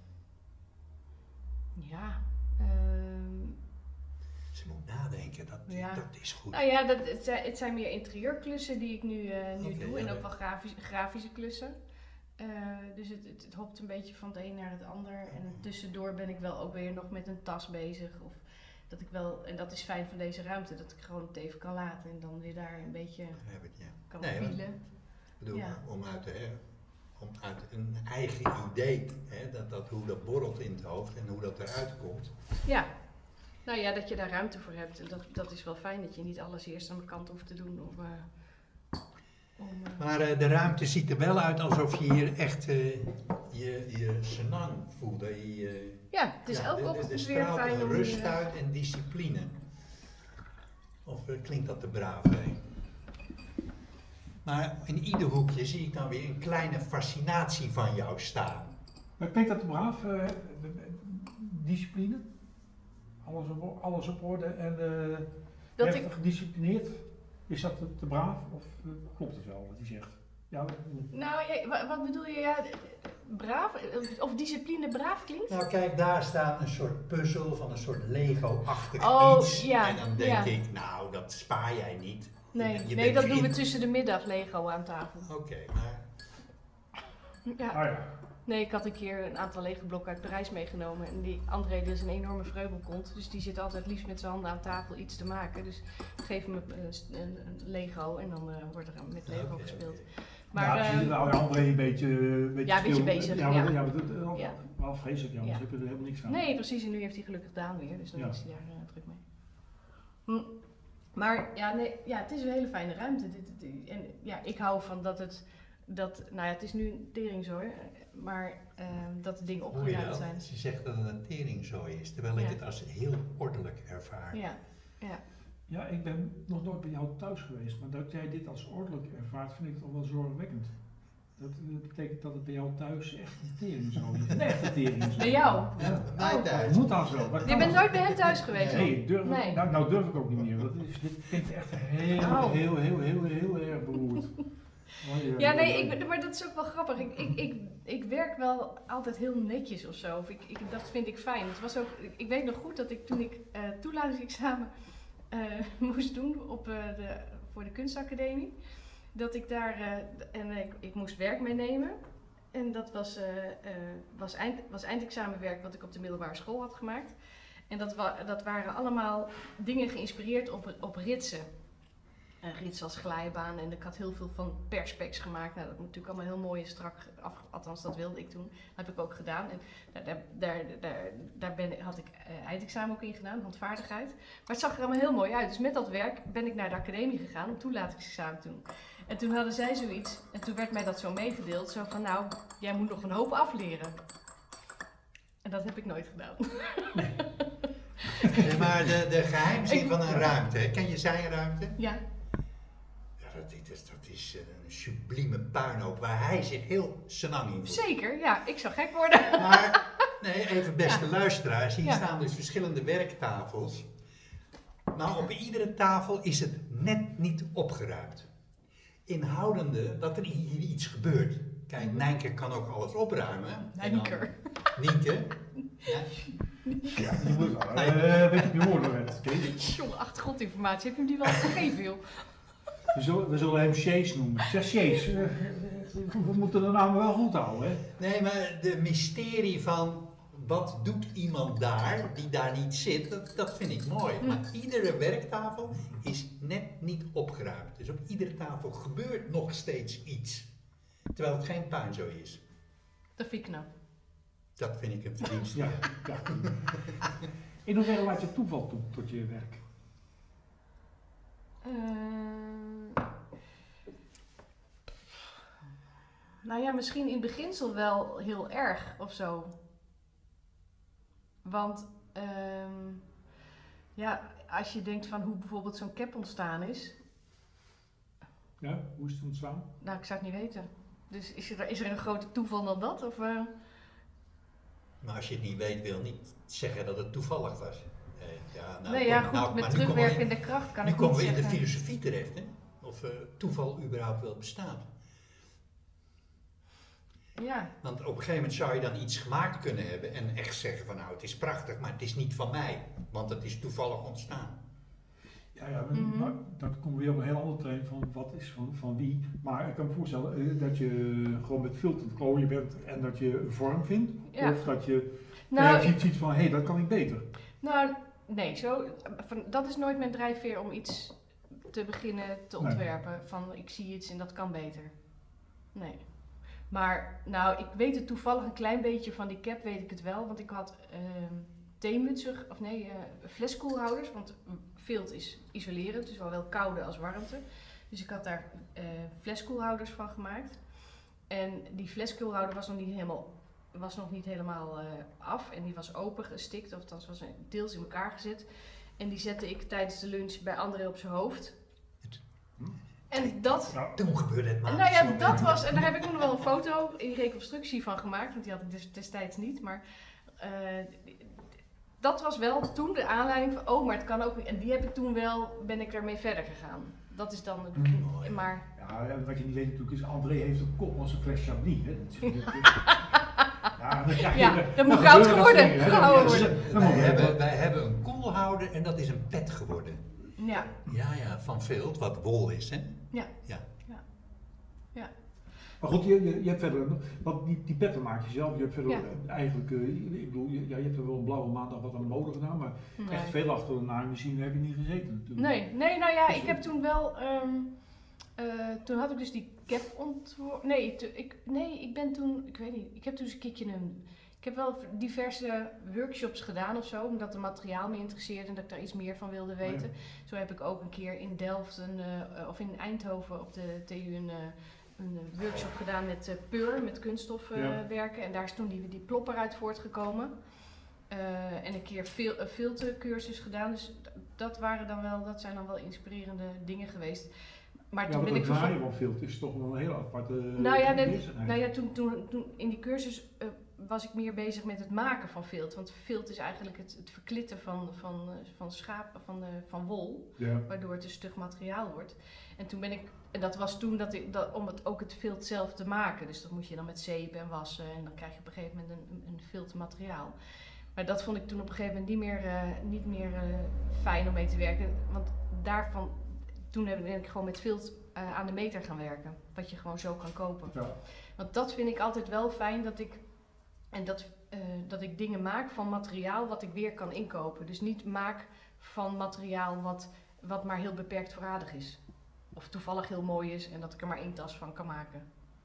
ja. ehm Ze moet nadenken, dat, Ja. dat is goed. Nou ja, dat, het, zijn, het zijn meer interieurklussen die ik nu, uh, nu Oké, doe ja, en ook ja. wel grafische, grafische klussen. Uh, dus het, het, het hopt een beetje van het een naar het ander. En tussendoor ben ik wel ook weer nog met een tas bezig. Of dat ik wel, en dat is fijn van deze ruimte, dat ik gewoon het even kan laten en dan weer daar een beetje Begrijp het, ja. kan Nee, want- wielen. Ik bedoel, Ja. om, uit de, hè, om uit een eigen idee, hè, dat, dat, hoe dat borrelt in het hoofd en hoe dat eruit komt. Ja. Nou ja, dat je daar ruimte voor hebt. En dat, dat is wel fijn dat je niet alles eerst aan de kant hoeft te doen. Om, uh, om, uh, Maar uh, de ruimte ziet er wel uit alsof je hier echt uh, je, je senang voelt. Dat je, uh, ja, het is ja, elke er- er- ochtend er weer straalt fijn een om rust hier, uh, uit en discipline. Of uh, klinkt dat te braaf, hè? Maar in ieder hoekje zie ik dan weer een kleine fascinatie van jou staan. Maar klinkt dat te braaf? Uh, discipline? Alles op, alles op orde en uh, Dat heftig, ik- gedisciplineerd? Is dat te, te braaf of uh, klopt het wel wat hij zegt? Ja, Nou, ja, wa- wat bedoel je? Ja, braaf? Of discipline braaf klinkt? Nou kijk, daar staat een soort puzzel van een soort Lego-achtig Oh, iets. ja, En dan denk ja. ik, nou, dat spaar jij niet. Nee, Je- je nee bent dat doen we geïn- tussen de middag Lego aan tafel. Oké, maar Ja. ah ja. Nee, ik had een keer een aantal Lego blokken uit Parijs meegenomen. En die André die is een enorme vreubelkont. Dus die zit altijd liefst met zijn handen aan tafel iets te maken. Dus ik geef hem een, een, een Lego en dan uh, wordt er met Lego Oké, gespeeld. oké. Maar, ja, eh, zie je nou André een beetje, een beetje Ja, een beetje stil. bezig, Ja, ja. maar, ja, maar dat, uh, Ja. wel vreselijk, ja, anders Ja. heb je er helemaal niks aan. nee, precies. En nu heeft hij gelukkig Daan weer. Dus dan Ja. is hij daar uh, druk mee. Hm. Maar ja, nee, ja, het is een hele fijne ruimte. Dit, dit- en ja, ik hou van dat het, dat, nou ja, het is nu een teringzooi, maar uh, dat de dingen Hoor je opgeruimd dat? zijn. Ze zegt dat het een teringzooi is, terwijl ik Ja. het als heel ordelijk ervaar. Ja, ja. Ja, ik ben nog nooit bij jou thuis geweest, maar dat jij dit als ordelijk ervaart, vind ik toch wel zorgwekkend. Dat uh, betekent dat het bij jou thuis echt een teringzooi is. Een echte teringzooi. Bij jou? Ja, bij Oh. thuis. Moet dat zo? Dat Je kan bent toch? nooit bij hem thuis geweest? hoor? Nee, durf, Nee. Nou, nou durf ik ook niet meer. Dat is, dit klinkt echt heel, Oh. heel, heel, heel, heel, erg beroerd. Oei, Ja, oei, nee, oei. ik, ben- maar dat is ook wel grappig. Ik, ik, ik, ik werk wel altijd heel netjes of zo. Of ik, ik, dat vind ik fijn. Het was ook, ik, ik weet nog goed dat ik toen ik uh, toelatingsexamen uh, moest doen op, uh, de, voor de kunstacademie, dat ik daar, uh, en ik, ik moest werk meenemen. En dat was, uh, uh, was, eind, was eindexamenwerk wat ik op de middelbare school had gemaakt. En dat, wa, dat waren allemaal dingen geïnspireerd op, op ritsen. Uh, rits als glijbaan en ik had heel veel van perspex gemaakt. Nou, dat moet natuurlijk allemaal heel mooi en strak af, althans dat wilde ik toen. Dat heb ik ook gedaan. En daar, daar, daar, daar, daar ben, had ik uh, eindexamen ook in gedaan, handvaardigheid. Maar het zag er allemaal heel mooi uit. Dus met dat werk ben ik naar de academie gegaan om toelatingsexamen te doen. En toen hadden zij zoiets, en toen werd mij dat zo meegedeeld, zo van nou, jij moet nog een hoop afleren. En dat heb ik nooit gedaan. Nee, maar de, de geheimzin van een ruimte, hè? Ken je zijn ruimte? Ja. Ja, dat is, dat is een sublieme puinhoop waar hij zich heel senang in voelt. Zeker, ja, ik zou gek worden. Maar, nee, even beste Ja. luisteraars, hier Ja. staan dus verschillende werktafels. Maar op iedere tafel is het net niet opgeruimd. Inhoudende dat er hier iets gebeurt. Kijk, Mhm. Nijnke kan ook alles opruimen. En dan- Nijnker. Nienke. Ja. Ja, je moet wel uh, een beetje op je woorden letten, Kees. Jongen, achtergrondinformatie, heb je hem die wel gegeven, joh? We zullen, we zullen hem Sjees noemen. Zeg Sjees, uh, we moeten de naam wel goed houden, hè? Nee, maar de mysterie van wat doet iemand daar die daar niet zit, dat, dat vind ik mooi. Mm. Maar iedere werktafel is net niet opgeruimd. Dus op iedere tafel gebeurt nog steeds iets. Terwijl het geen puinzooi is. Dat vind ik knap. Dat vind ik een verdienste. Ja, ja. In hoeverre laat je toeval toe tot je werk? Uh, nou ja, misschien in beginsel wel heel erg of zo. Want um, ja, als je denkt van hoe bijvoorbeeld zo'n cap ontstaan is. Ja, hoe is het ontstaan? Nou, ik zou het niet weten. Dus is er, is er een groter toeval dan dat? Of, uh... Maar als je het niet weet, wil niet zeggen dat het toevallig was. Eh, ja, nou, nee, ja, kom, goed, nou, met maar nu komen we in- terugwerkende kracht kan Nu ik niet komen we in zeggen. de filosofie terecht, hè? Of uh, toeval überhaupt wel bestaat. Ja. Want op een gegeven moment zou je dan iets gemaakt kunnen hebben en echt zeggen van nou het is prachtig, maar het is niet van mij, want het is toevallig ontstaan. Ja, ja, maar, Mhm. maar dat komen we weer op een heel ander terrein van wat is van, van wie. Maar ik kan me voorstellen eh, dat je gewoon met filter aan het klooien bent en dat je een vorm vindt. Ja. Of dat je Nou, ergens ik- iets ziet van hé, hey, dat kan ik beter. Nou, nee, zo, van, dat is nooit mijn drijfveer om iets te beginnen te Nee. ontwerpen. Van ik zie iets en dat kan beter. Nee. Maar nou, ik weet het toevallig een klein beetje van die cap, weet ik het wel. Want ik had ehm theemutsen, of nee, eh fleskoelhouders. Want vilt is isolerend, dus zowel koude als warmte. Dus ik had daar eh fleskoelhouders van gemaakt. En die fleskoelhouder was nog niet helemaal, was nog niet helemaal eh, af. En die was open gestikt, of althans was deels in elkaar gezet. En die zette ik tijdens de lunch bij André op zijn hoofd. En dat... Nou, Toen gebeurde het maar. Nou ja, dat was, en daar heb ik ook nog wel een foto in reconstructie van gemaakt, want die had ik dus destijds niet. Maar uh, dat was wel toen de aanleiding van, oh, maar het kan ook niet. En die heb ik toen wel, ben ik ermee verder gegaan. Dat is dan het, Mm. maar... ja, en wat je niet weet natuurlijk is, André heeft een kop als een fles Chablis. Hè. Dat is, ja, dan krijg je- Ja, dan dat moet gebeuren goud dat worden, soort dingen, hè. gehouden Dat is- worden. dan wij, moet je- hebben, wij hebben een koelhouder en dat is een pet geworden. Ja, Ja, ja, van vilt, wat wol is, hè? ja. Ja. Maar goed, je, je, je hebt verder, want die, die petten maak je zelf. Je hebt verder Ja. eigenlijk, uh, ik bedoel, je, ja, je hebt er wel een blauwe maandag wat aan de mode gedaan, maar Nee. echt veel achter een naaimachine heb je niet gezeten natuurlijk. Nee, nee, nou ja, Dus- ik heb toen wel, um, uh, toen had ik dus die cap ontworpen. Nee, te- ik, nee, ik ben toen, ik weet niet, ik heb toen eens een keertje een, ik heb wel diverse workshops gedaan of zo, omdat het materiaal me interesseerde en dat ik daar iets meer van wilde weten. ja. Zo heb ik ook een keer in Delft een, uh, of in Eindhoven op de T U een, uh, een workshop gedaan met uh, peur, met kunststof uh, Ja. werken. En daar is toen die, die plopper uit voortgekomen. Uh, en een keer veel, een filtercursus gedaan. Dus d- dat waren dan wel, dat zijn dan wel inspirerende dingen geweest. Maar Ja, toen want ben ik het naaien vervol- van vilt is toch wel een hele aparte Nou ja, nee, bezigheid. nou ja toen, toen, toen in die cursus uh, was ik meer bezig met het maken van vilt. Want vilt is eigenlijk het, het verklitten van, van, uh, van schaap, van, uh, van wol. Ja. Waardoor het een stug materiaal wordt. En toen ben ik, en dat was toen dat ik, dat, om het, ook het vilt zelf te maken. Dus dat moet je dan met zeep en wassen en dan krijg je op een gegeven moment een, een vilt materiaal. Maar dat vond ik toen op een gegeven moment niet meer, uh, niet meer uh, fijn om mee te werken. Want daarvan, toen ben ik gewoon met vilt uh, aan de meter gaan werken. Wat je gewoon zo kan kopen. Ja. Want dat vind ik altijd wel fijn dat ik, en dat, uh, dat ik dingen maak van materiaal wat ik weer kan inkopen. Dus niet maak van materiaal wat, wat maar heel beperkt voorradig is. Of toevallig heel mooi is en dat ik er maar één tas van kan maken.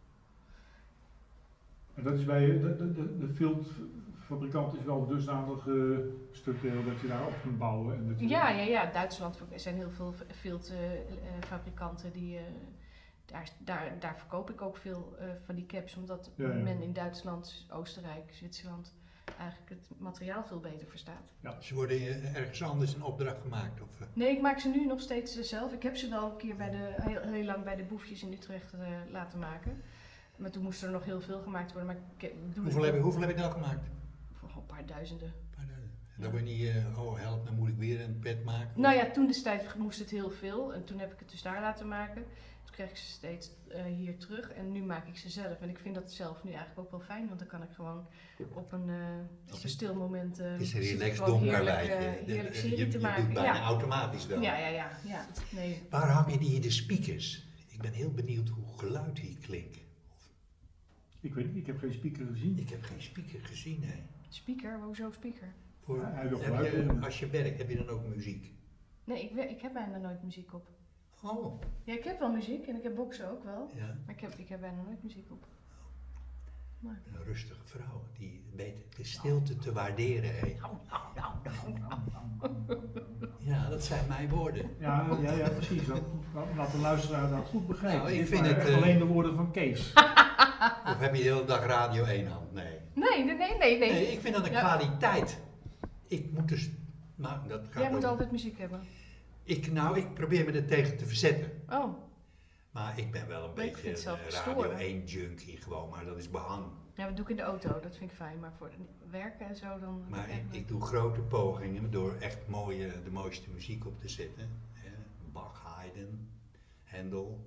En dat is bij de, de, de, de viltfabrikant is wel dusdanig uh, structureel dat je daarop kunt bouwen. En dat je Ja, ja, ja. Duitsland, er zijn heel veel viltfabrikanten die... Uh, daar, daar, daar verkoop ik ook veel uh, van die caps, omdat Ja, ja. men in Duitsland, Oostenrijk, Zwitserland eigenlijk het materiaal veel beter verstaat. Ze worden uh, ergens anders een opdracht gemaakt? Of, uh? Nee, ik maak ze nu nog steeds uh, zelf. Ik heb ze wel een keer bij de, heel, heel lang bij de Boefjes in Utrecht uh, laten maken. Maar toen moest er nog heel veel gemaakt worden. Maar ik doe hoeveel, heb je, hoeveel heb je nou gemaakt? Voor een paar duizenden. Een paar duizend. En dan ben je niet, uh, oh help, dan moet ik weer een pet maken? Nou ja, toen destijds moest het heel veel. En toen heb ik het dus daar laten maken. Toen kreeg ik ze steeds uh, hier terug. En nu maak ik ze zelf. En ik vind dat zelf nu eigenlijk ook wel fijn. Want dan kan ik gewoon op een, uh, op een stil moment... Uh, het is een zit ik relaxed gewoon donker heerlijk, wijfje. uh, heerlijk je, serie je, te je maken. doet bijna Ja. automatisch wel. Ja, ja, ja, ja. Nee. Waar hang je die de speakers? Ik ben heel benieuwd hoe geluid hier klinkt. Ik weet niet, ik heb geen speaker gezien. Ik heb geen speaker gezien, nee. Speaker? Hoezo speaker? Voor, Ja, hij wil heb geluid je, horen. als je werkt, heb je dan ook muziek? Nee, ik, we- ik heb bijna nooit muziek op. Oh, Ja, ik heb wel muziek en ik heb boxen ook wel. ja. Maar ik heb, ik heb bijna nooit muziek op. Nee. Een rustige vrouw die weet de stilte te waarderen heeft. Nou, nou, nou, nou. Ja, dat zijn mijn woorden. Ja, ja, ja precies. Dat, dat, laat de luisteraar dat goed begrijpen. Nou, ik Dit vind waren het, echt uh, alleen de woorden van Kees. Of heb je de hele dag Radio één aan? Nee. Nee, nee, nee, nee. nee. Nee, ik vind dat een Ja. kwaliteit. Ik moet dus... Maar dat gaat Jij moet ook- altijd muziek hebben. Ik, nou, ik probeer me er tegen te verzetten. Oh, Maar ik ben wel een Maar ik vind beetje het zelf een verstoren. Radio één junkie gewoon, maar dat is behang. ja, dat doe ik in de auto, dat vind ik fijn. Maar voor werken en zo dan... Maar echt ik, niet. ik doe grote pogingen door echt mooie, de mooiste muziek op te zetten. Hè. Bach, Haydn, Handel.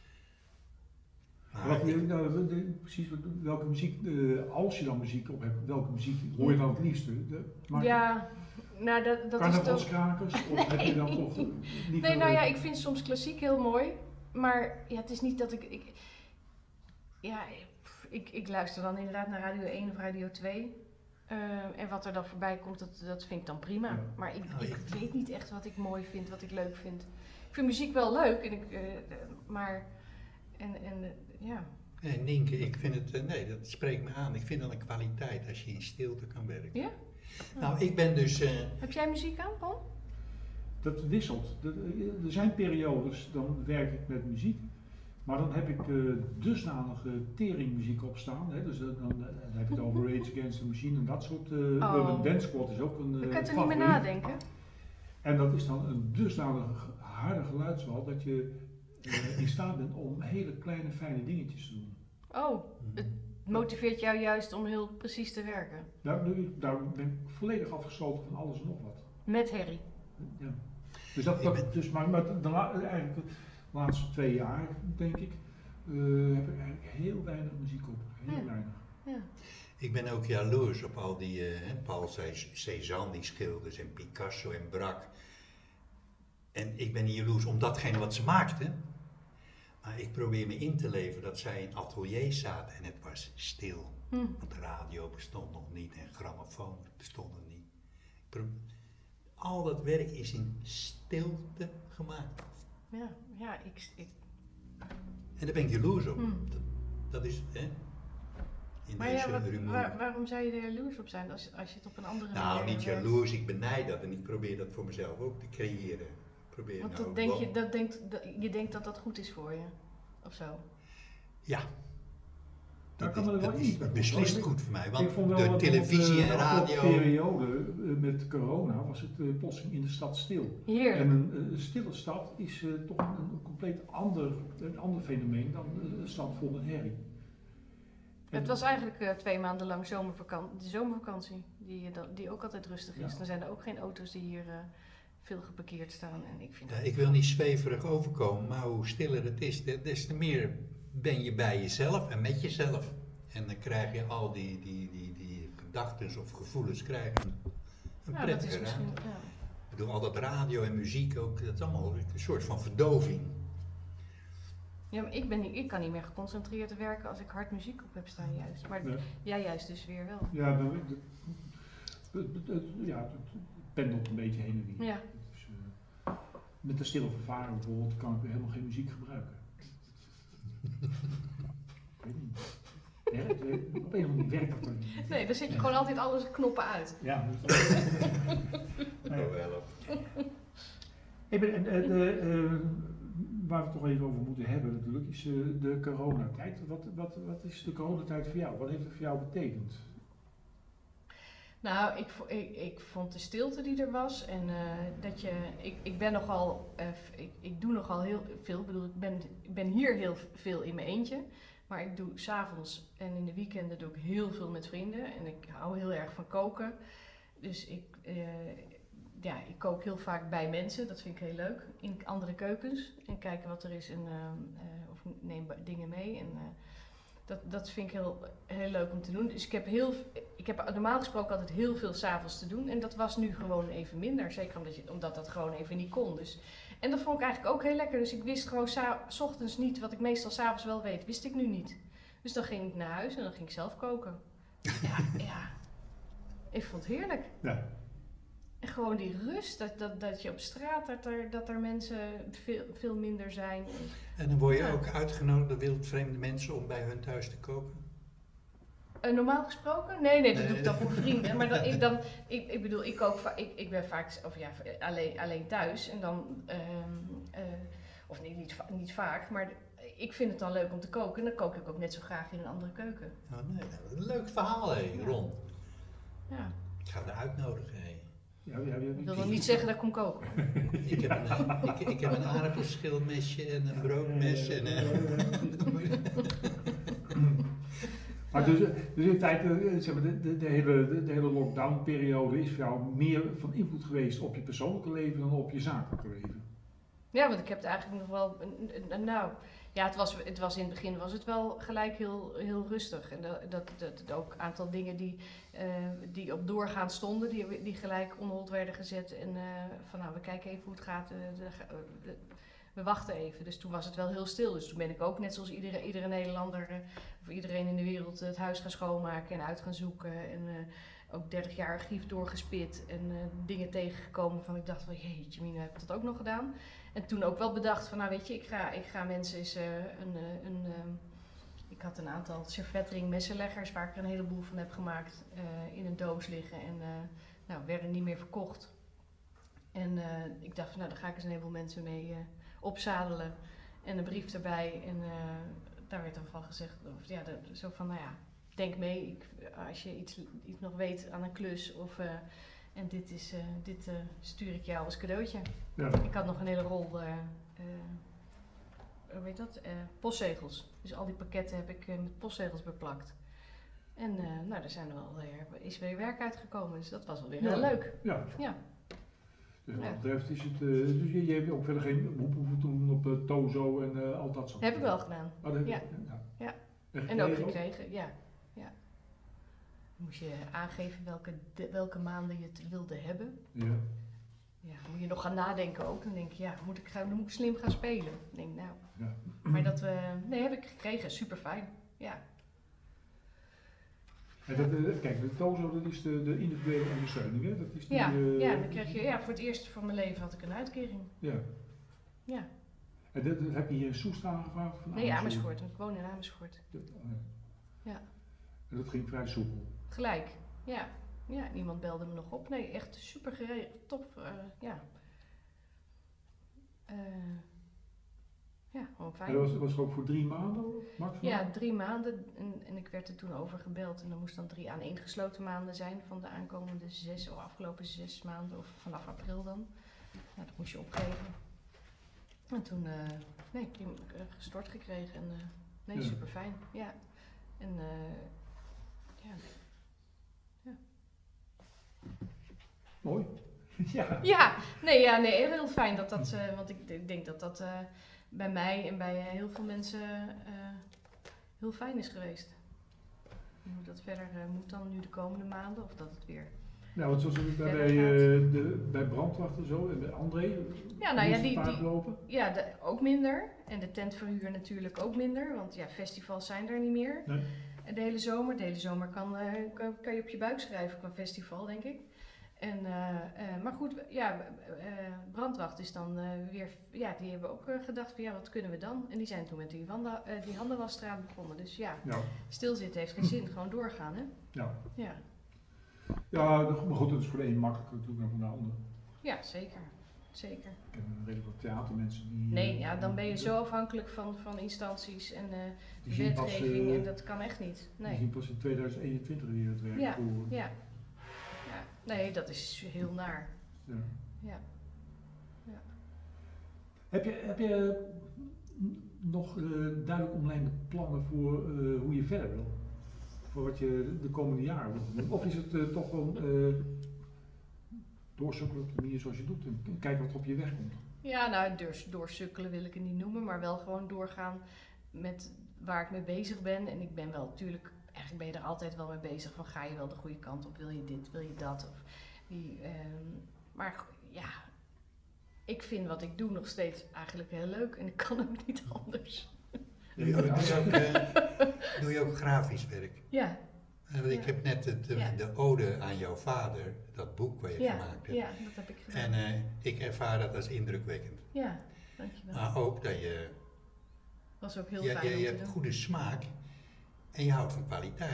Maar Wat, ik- nou, de- de- precies, wat- welke muziek, eh, als je dan muziek op hebt, welke muziek hoor je dan het liefste? De, maak je Ja, nou dat, dat is toch... carnavalskrakers? Of heb je dan toch eh, liever... Nee, nou ja, ik vind soms klassiek heel mooi. Maar ja, het is niet dat ik... ik ja, pff, ik, ik luister dan inderdaad naar Radio één of Radio twee. Eh, en wat er dan voorbij komt, dat, dat vind ik dan prima. Ja. Maar ik, Nou, ik ik- weet niet echt wat ik mooi vind, wat ik leuk vind. Ik vind muziek wel leuk, en ik, eh, maar... En, en eh, ja... Nee, Nienke, ik vind het, eh, nee, dat spreekt me aan. Ik vind dat een kwaliteit als je in stilte kan werken. Ja? Nou, ik ben dus, eh, Heb jij muziek aan, Paul? Dat wisselt. Dat- eh, Er zijn periodes, dan werk ik met muziek. Maar dan heb ik eh, dusdanige teringmuziek op staan. Hè? Dus dan, dan, dan heb je het over Rage Against the Machine en dat soort... eh Oh. Urban Dance Squad is ook een Dan eh, kan je er niet meer favoriet. nadenken. En dat is dan een dusdanige harde geluidswal dat je eh, in staat bent om hele kleine fijne dingetjes te doen. Oh, het motiveert jou juist om heel precies te werken. Daar, daar ben ik volledig afgesloten van alles en nog wat. Met herrie. Ja. Dus dat, Ik dat ben- dus, maar, maar de, la- eigenlijk de laatste twee jaar, denk ik, eh, heb ik eigenlijk heel weinig muziek op. Heel Ja. weinig. Ja. ik ben ook jaloers op al die, eh, hè, Paul Cé- Cézanne, die schilders en Picasso en Braque. En ik ben niet jaloers om datgene wat ze maakten. Maar ik probeer me in te leven dat zij in ateliers zaten en het was stil. Hm. Want de radio bestond nog niet en grammofoon bestonden niet. Ik pro- Al dat werk is in stilte gemaakt. Ja, ja, ik, ik, En daar ben ik jaloers op. Hm. Dat, dat is, hè? In maar deze ja, wat, rumoer. waar- waarom zou je er jaloers op zijn als, als je het op een andere Nou, manier niet werkt? jaloers, ik benijd dat en ik probeer dat voor mezelf ook te creëren. Ik probeer Want nou dat denk je, gewoon- dat denkt, dat, je denkt dat dat goed is voor je, of zo. Ja. Daar Dat kan me er is, wel dat iets is bij beslist voorstellen. goed voor mij, Ik want vond wel de dat televisie op, en eh, de afgelopen radio... periode eh, met corona was het eh, plotseling in de stad stil. Heerlijk. En een, eh, stille stad is eh, toch een, een compleet ander, een ander fenomeen dan eh, een stad vol met herrie. En- Het was eigenlijk eh, twee maanden lang zomervakantie, de zomervakantie, die, eh, dan- die ook altijd rustig is. Ja. Dan zijn er ook geen auto's die hier eh, veel geparkeerd staan. En ik vind Ja, dat- ik wil niet zweverig overkomen, maar hoe stiller het is, de- des te meer ben je bij jezelf en met jezelf. En dan krijg je al die, die, die, die gedachten of gevoelens krijgen een, een Ja, dat prettige is misschien. ruimte. Ja. Ik bedoel, al dat radio en muziek ook, dat is allemaal een soort van verdoving. Ja, maar ik, ben niet, ik kan niet meer geconcentreerd werken als ik hard muziek op heb staan juist. Maar Ja. jij juist dus weer wel. Ja, dan, het, het, het, het- ja, het, het pendelt een beetje heen en weer. Ja. Dus, eh, met de stille vervaren bijvoorbeeld kan ik helemaal geen muziek gebruiken. Ik weet niet. Ja, het, eh, op een of andere manier werkt dat dan niet. Nee, dan zet je gewoon altijd alles knoppen uit. Ja, dus, nou ja. Oh, wel. Hey, ben- en, eh, de, eh, waar we het toch even over moeten hebben natuurlijk, is eh, de coronatijd. Wat, wat, wat is de coronatijd voor jou? Wat heeft het voor jou betekend? Nou, ik, vo- ik, ik vond de stilte die er was en eh, dat je, ik, ik ben nogal, eh, f- ik, ik doe nogal heel veel, ik bedoel, ik ben, ik ben hier heel veel in mijn eentje, maar ik doe s'avonds en in de weekenden doe ik heel veel met vrienden en ik hou heel erg van koken. Dus ik, eh, ja, ik kook heel vaak bij mensen, dat vind ik heel leuk, in andere keukens en kijken wat er is en, eh, eh, of ik neem ba- dingen mee en... eh, Dat, dat vind ik heel, heel leuk om te doen. Dus ik heb, heel, ik heb normaal gesproken altijd heel veel 's avonds te doen. En dat was nu gewoon even minder. Zeker omdat, je, omdat dat gewoon even niet kon. Dus. En dat vond ik eigenlijk ook heel lekker. Dus ik wist gewoon 's ochtends niet, wat ik meestal 's avonds wel weet, wist ik nu niet. Dus dan ging ik naar huis en dan ging ik zelf koken. Ja, ja. Ik vond het heerlijk. Ja. En gewoon die rust, dat, dat, dat je op straat, dat er, dat er mensen veel, veel minder zijn. En dan word je Ja. ook uitgenodigd door wildvreemde mensen om bij hun thuis te koken? Uh, normaal gesproken? Nee, nee, dat Nee. doe ik dan voor vrienden. Maar dan, ik, dan, ik, ik bedoel, ik kook va- ik, ik ben vaak of ja, alleen, alleen thuis. En dan, ehm, eh, of nee, niet, va- niet vaak, maar ik vind het dan leuk om te koken. En dan kook ik ook net zo graag in een andere keuken. Oh, nee, dat is een leuk verhaal, hé, Ron. Ja. Ik ga haar uitnodigen, hé. Ja, ja, ja, Ik wil dan niet zeggen dat ik kom koken. Ik heb een, eh, ik, ik heb een aardappelschilmesje en een broodmes en... eh, Maar dus, dus in feite, eh, zeg maar, de, de, de hele, de, de hele lockdown-periode is voor jou meer van invloed geweest op je persoonlijke leven dan op je zakelijke leven. Ja, want ik heb het eigenlijk nog wel, n- n- nou, ja, het was, het was in het begin was het wel gelijk heel, heel rustig. En dat, dat, dat, dat ook een aantal dingen die, eh, die op doorgaan stonden, die, die gelijk on-hold werden gezet. En eh, van nou, we kijken even hoe het gaat, eh, de, de, we wachten even. Dus toen was het wel heel stil. Dus toen ben ik ook net zoals iedere, iedere Nederlander, eh, of iedereen in de wereld, het huis gaan schoonmaken en uit gaan zoeken. En eh, ook dertig jaar archief doorgespit en eh, dingen tegengekomen van ik dacht van jeetje mina, heb ik dat ook nog gedaan? En toen ook wel bedacht van nou weet je, ik ga, ik ga mensen eens uh, een, uh, een uh, ik had een aantal servetring messenleggers waar ik er een heleboel van heb gemaakt uh, in een doos liggen en uh, nou, werden niet meer verkocht. En uh, ik dacht van nou, daar ga ik eens een heleboel mensen mee uh, opzadelen en een brief erbij en uh, daar werd dan van gezegd, of, ja, de, zo van nou ja, denk mee, ik, als je iets, iets nog weet aan een klus of... Uh, En dit, is, uh, dit uh, stuur ik jou als cadeautje. Ja. Ik had nog een hele rol, uh, uh, hoe heet dat, uh, postzegels. Dus al die pakketten heb ik uh, met postzegels beplakt. En uh, nou, daar zijn er wel weer, is weer werk uitgekomen, dus dat was wel weer ja. heel leuk. Ja. Ja. Dus wat dat betreft is het, uh, dus je, je hebt ook verder geen beroep hoeven te doen op uh, Tozo en uh, al dat soort Heb ik wel gedaan. Oh, dat heb ja. Je, ja. ja. En, en ook gekregen, ja. ja. Moest je aangeven welke, de, welke maanden je het wilde hebben. Ja. Ja, moet je nog gaan nadenken ook. Dan denk je, ja, moet ik, gaan, moet ik slim gaan spelen? Ik denk, nou. Ja. Maar dat we, nee, heb ik gekregen. Super fijn. Ja. En dat, uh, kijk, de Tozo, dat is de, de individuele ondersteuning, hè? Dat is die, ja, uh, ja, dan krijg je, ja, voor het eerst van mijn leven had ik een uitkering. Ja. Ja. En dat, dat heb je hier in Soest aangevraagd? Van nee, Amersfoort. Ik woon in Amersfoort. Dat, uh, ja. En dat ging vrij soepel? Gelijk, ja. Ja, niemand belde me nog op. Nee, echt super geregeld. Top, uh, ja. Uh, ja, gewoon fijn. En dat was, was het ook voor drie maanden, maximaal? Ja, drie maanden. En, en ik werd er toen over gebeld. En dan moest dan drie aaneengesloten maanden zijn van de aankomende zes, of afgelopen zes maanden. Of vanaf april dan. Nou, dat moest je opgeven. En toen, uh, nee, ik heb uh, gestort gekregen. En, uh, nee, ja. Super fijn. Ja. En, uh, ja. ja. Mooi. Ja. Ja, nee, ja, nee, heel fijn dat dat, uh, want ik, ik denk dat dat uh, bij mij en bij uh, heel veel mensen uh, heel fijn is geweest. En hoe dat verder uh, moet dan nu de komende maanden, of dat het weer. Nou, want zoals bij, bij, uh, de, bij Brandwachter zo en bij André, ja, nou ja, die, die, lopen? ja de, ook minder. En de tentverhuur natuurlijk ook minder, want ja, festivals zijn er niet meer. Nee. En de hele zomer, de hele zomer kan, uh, kan, kan je op je buik schrijven qua festival, denk ik. En, uh, uh, maar goed, ja, uh, Brandwacht is dan uh, weer, ja, die hebben ook uh, gedacht van ja, wat kunnen we dan? En die zijn toen met die, wanda, uh, die handenwasstraat begonnen. Dus ja, ja, stilzitten heeft geen zin, gewoon doorgaan, hè? Ja. Ja, ja maar goed, het is voor de een makkelijker natuurlijk dan voor de ander. Ja, zeker. Zeker. Ik ken redelijk wat theatermensen die... Nee, uh, ja, dan ben je uh, zo afhankelijk van, van instanties en uh, die wetgeving pas, uh, en dat kan echt niet. Nee. Die zien pas in tweeduizend eenentwintig weer het werk ja, voor. Ja. Ja, nee, dat is heel naar. Ja. Ja. Ja. Heb je, heb je nog uh, duidelijk omlijnde plannen voor uh, hoe je verder wil? Voor wat je de komende jaren wil doen? Of is het uh, toch gewoon uh, doorsukkelen op de manier zoals je doet en kijken wat er op je weg komt? Ja, nou, dus doorsukkelen wil ik het niet noemen, maar wel gewoon doorgaan met waar ik mee bezig ben. En ik ben wel natuurlijk, eigenlijk ben je er altijd wel mee bezig van ga je wel de goede kant op, wil je dit, wil je dat? Of die, um, maar ja, ik vind wat ik doe nog steeds eigenlijk heel leuk en ik kan ook niet anders. Doe je ook, doe je ook, uh, doe je ook grafisch werk? Ja. Uh, ik ja. heb net de, de, ja. de ode aan jouw vader, dat boek waar je ja. gemaakt hebt. Ja, dat heb ik gedaan. En uh, ik ervaar dat als indrukwekkend. Ja, dankjewel. Maar ook dat je... Was ook heel je, fijn je, om je te hebt doen. goede smaak en je houdt van kwaliteit.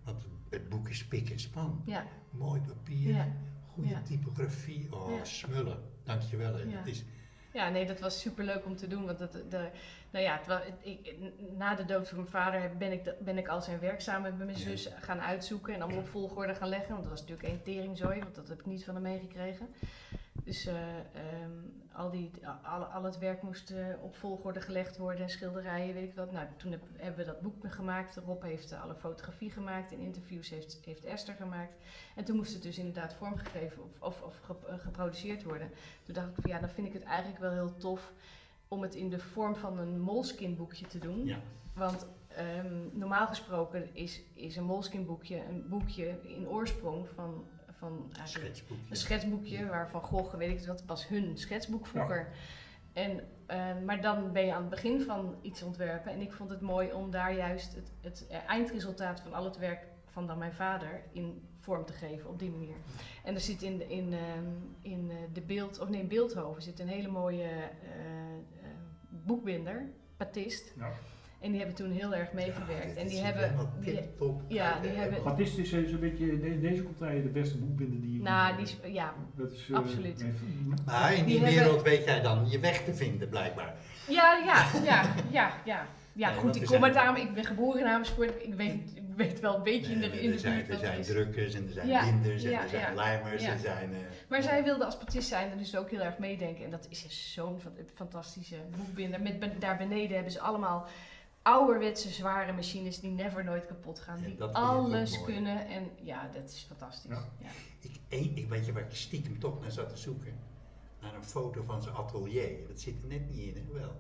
Want het boek is pik en span. Ja. Mooi papier, Ja. goede Ja. typografie. Oh, Ja. smullen. Dankjewel. Hè. Ja. Het is, Ja, nee, dat was super leuk om te doen. Want dat, de, nou ja, het wa- ik, na de dood van mijn vader ben ik, de- ben ik al zijn werk samen met mijn zus gaan uitzoeken en allemaal op volgorde gaan leggen. Want dat was natuurlijk één teringzooi, want dat heb ik niet van hem meegekregen. Dus eh, ehm, al, die, al, al het werk moest eh, op volgorde gelegd worden en schilderijen, weet ik wat. Nou, toen heb- hebben we dat boek gemaakt. Rob heeft eh, alle fotografie gemaakt en interviews heeft, heeft Esther gemaakt. En toen moest het dus inderdaad vormgegeven of, of, of gep- eh, geproduceerd worden. Toen dacht ik van ja, dan vind ik het eigenlijk wel heel tof om het in de vorm van een Moleskine boekje te doen. ja. Want ehm, normaal gesproken is, is een Moleskine boekje een boekje in oorsprong van, van eigenlijk Schetsboekje. een schetsboekje waarvan Gogh, weet ik wat, was hun schetsboek vroeger. En, eh, maar dan ben je aan het begin van iets ontwerpen en ik vond het mooi om daar juist het, het eindresultaat van al het werk van dan mijn vader in vorm te geven op die manier. En er zit in, in, ehm, in eh, de beeld, of nee, in Beeldhoven zit een hele mooie eh, eh, boekbinder, Patist. Ja. En die hebben toen heel erg meegewerkt. Ja, en die dit hebben, ziet er helemaal die, tip-top ja, uit, die hè. hebben- Gatist is een beetje in deze contraille de beste boekbinder die je nou, kunt die, hebben. is- ja, Dat is, eh, absoluut. met- Maar in die, Die hebben- wereld weet jij dan je weg te vinden, blijkbaar. ja, ja, ja, ja, ja. Ja, Nee, goed, want ik er kom zijn- uit Amersfoort, ik ben geboren in Amersfoort, ik weet, ik weet wel een beetje in de, Nee, in de er zijn, buurt er wat er zijn is. drukkers en er zijn Ja, binders en ja, er zijn ja. lijmers, Ja. er zijn... eh, Maar zij wilde als patist zijn en dus ook heel erg meedenken. En dat is dus zo'n fa- fantastische boekbinder. Met, ben- daar beneden hebben ze allemaal ouderwetse zware machines die never nooit kapot gaan. Ja, Die dat vind ik ook alles mooi. kunnen. En ja, dat is fantastisch. Ja. Ja. Ik, één, ik weet je waar ik stiekem toch naar zat te zoeken? Naar een foto van zijn atelier. Dat zit er net niet in, hè? Wel.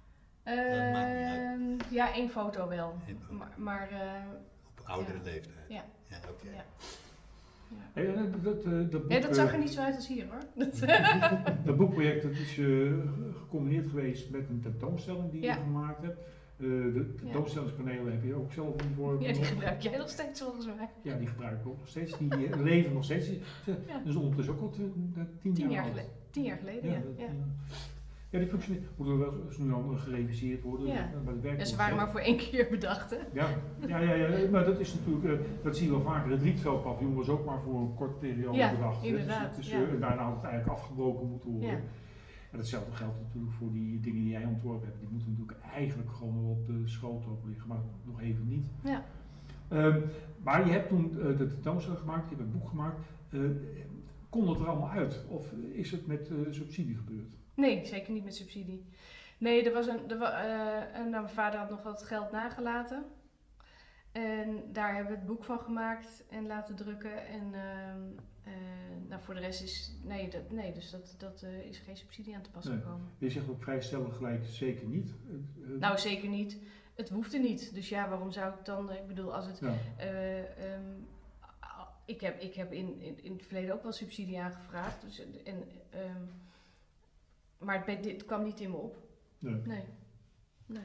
Dat maakt niet uit. Ehm, ja, één foto wel. Eén foto. Maar, maar eh, Op oudere Ja. leeftijd. Ja. Ja, oké. Ja. Hey, eh, dat, dat, eh, dat, boek, nee, dat zag eh, er niet zo uit als hier hoor. Dat, dat boekproject dat is eh, gecombineerd geweest met een tentoonstelling die Ja. je gemaakt hebt. Eh, de tentoonstellingspanelen heb je ook zelf ontworpen. ja, die nog. gebruik jij nog steeds volgens mij. Ja, die gebruik ik ook nog steeds. Die eh, leven nog steeds. Ze- Ja. Dus ondertussen ook al tw- eh, tien, Tien jaar jaar oud. geleden. Tien jaar geleden, ja. dat, ja. eh, ja, die functioneert. Moeten wel eens nu al gereviseerd worden. Ja. eh, Maar het werkt En ze nog waren steeds. maar voor één keer bedacht, hè? Ja, ja, ja, ja, maar dat is natuurlijk, eh, dat zie je wel vaker. Het Rietveldpaviljoen was ook maar voor een korte periode Ja, bedacht. hè. inderdaad, Dus, het is, ja. eh, en daarna had het eigenlijk afgebroken moeten worden. Ja. En hetzelfde geldt natuurlijk voor die dingen die jij ontworpen hebt. Die moeten natuurlijk eigenlijk gewoon wel op de schooltop liggen, maar nog even niet. Ja. Ehm, maar je hebt toen eh, de tentoonstelling gemaakt, je hebt een boek gemaakt. Eh, kon het er allemaal uit? Of is het met eh, subsidie gebeurd? Nee, zeker niet met subsidie. Nee, er was een, er wa, eh, en nou, mijn vader had nog wat geld nagelaten. En daar hebben we het boek van gemaakt en laten drukken. En ehm, eh, nou, voor de rest is, nee, dat, nee dus dat, dat eh, is geen subsidie aan te pas Nee. gekomen. Je zegt ook vrij stellig gelijk, zeker niet. Eh, eh, Nou, zeker niet. Het hoefde niet. Dus ja, waarom zou ik dan, ik bedoel, als het... ja. eh, ehm, a- ik heb, ik heb in, in, in het verleden ook wel subsidie aangevraagd. Dus, en, ehm, maar het, bij dit kwam niet in me op. Nee. Nee. Nee.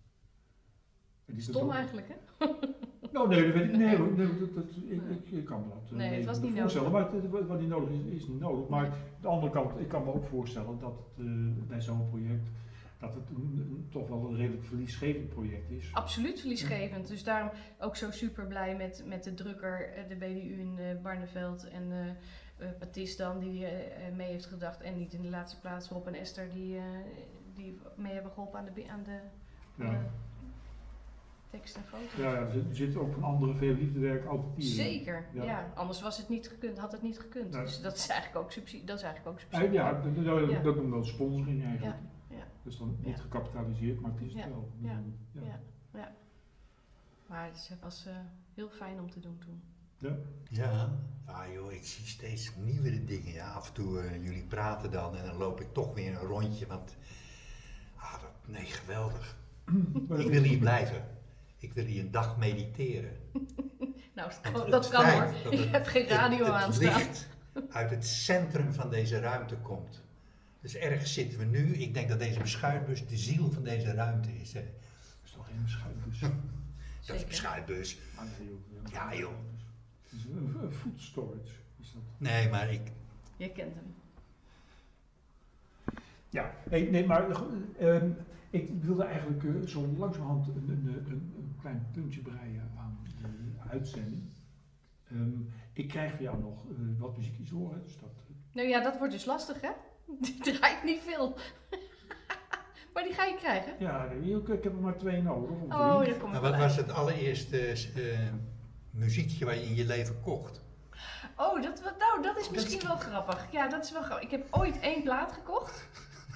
En die Stom tentoon- eigenlijk, hè? Nou, nee, dat weet ik nee, hoor. Nee, dat, dat, ik, ik, ik kan me dat eh, Nee, het even was niet voorstellen. nodig. Maar het, wat wat niet nodig is, is niet nodig. Maar aan de andere kant, ik kan me ook voorstellen dat het, eh, bij zo'n project, dat het een, een- toch wel een redelijk verliesgevend project is. Absoluut verliesgevend. Dus daarom ook zo super blij met, met de drukker, eh, de B D U in eh, Barneveld en eh eh, Patist dan, die eh, eh, mee heeft gedacht. En niet in de laatste plaats Rob en Esther, die, eh, die mee hebben geholpen aan de, bi- aan de, aan Ja. de tekst en foto's. Ja, ja, er zit- er zit ook van andere veel liefdewerk oud papier in. Zeker, Ja. ja. Anders was het niet gekund, had het niet gekund. Nee. Dus dat is eigenlijk ook subsidie. Dat is eigenlijk ook Eh, subsidie. Ja, dat, dat, Ja. dat noemen we sponsoring eigenlijk. Ja, ja. Dus dan niet Ja. gecapitaliseerd, maar het is Ja. het wel. Ja. Ja. Ja. Ja. Maar het was eh, heel fijn om te doen toen. Ja. Ja, ah joh, ik zie steeds nieuwere dingen. Ja, af en toe uh, jullie praten dan en dan loop ik toch weer een rondje, want ah, dat, nee, geweldig. Maar Ik wil hier blijven. Ik wil hier een dag mediteren. Nou, dat Want kan, het dat kan feit hoor. dat Ik het- heb geen radio het, het aanstaan. licht uit het centrum van deze ruimte komt. Dus ergens zitten we nu. Ik denk dat deze beschuitbus de ziel van deze ruimte is. Hè. Dat is toch geen beschuitbus? Dat is een Zeker. beschuitbus. Maar nee, joh. Ja, joh. Het is een, een food storage is dat. Nee, maar ik, Je kent hem. Ja, hey, nee, maar uh, ik wilde eigenlijk uh, zo langzamerhand een, een, een, een klein puntje breien aan de uitzending. Um, ik krijg van jou nog uh, wat muziekjes horen, dus dat... Uh... Nou ja, dat wordt dus lastig, hè? Die draait niet veel. Maar die ga je krijgen. Ja, ik, ik heb er maar twee nodig. Of oh, drie. dat komt Nou, wel wat was uit. het allereerste uh, muziekje waar je in je leven kocht? Oh, dat, nou, dat is misschien wel grappig. Ja, dat is wel grappig. Ik heb ooit één plaat gekocht.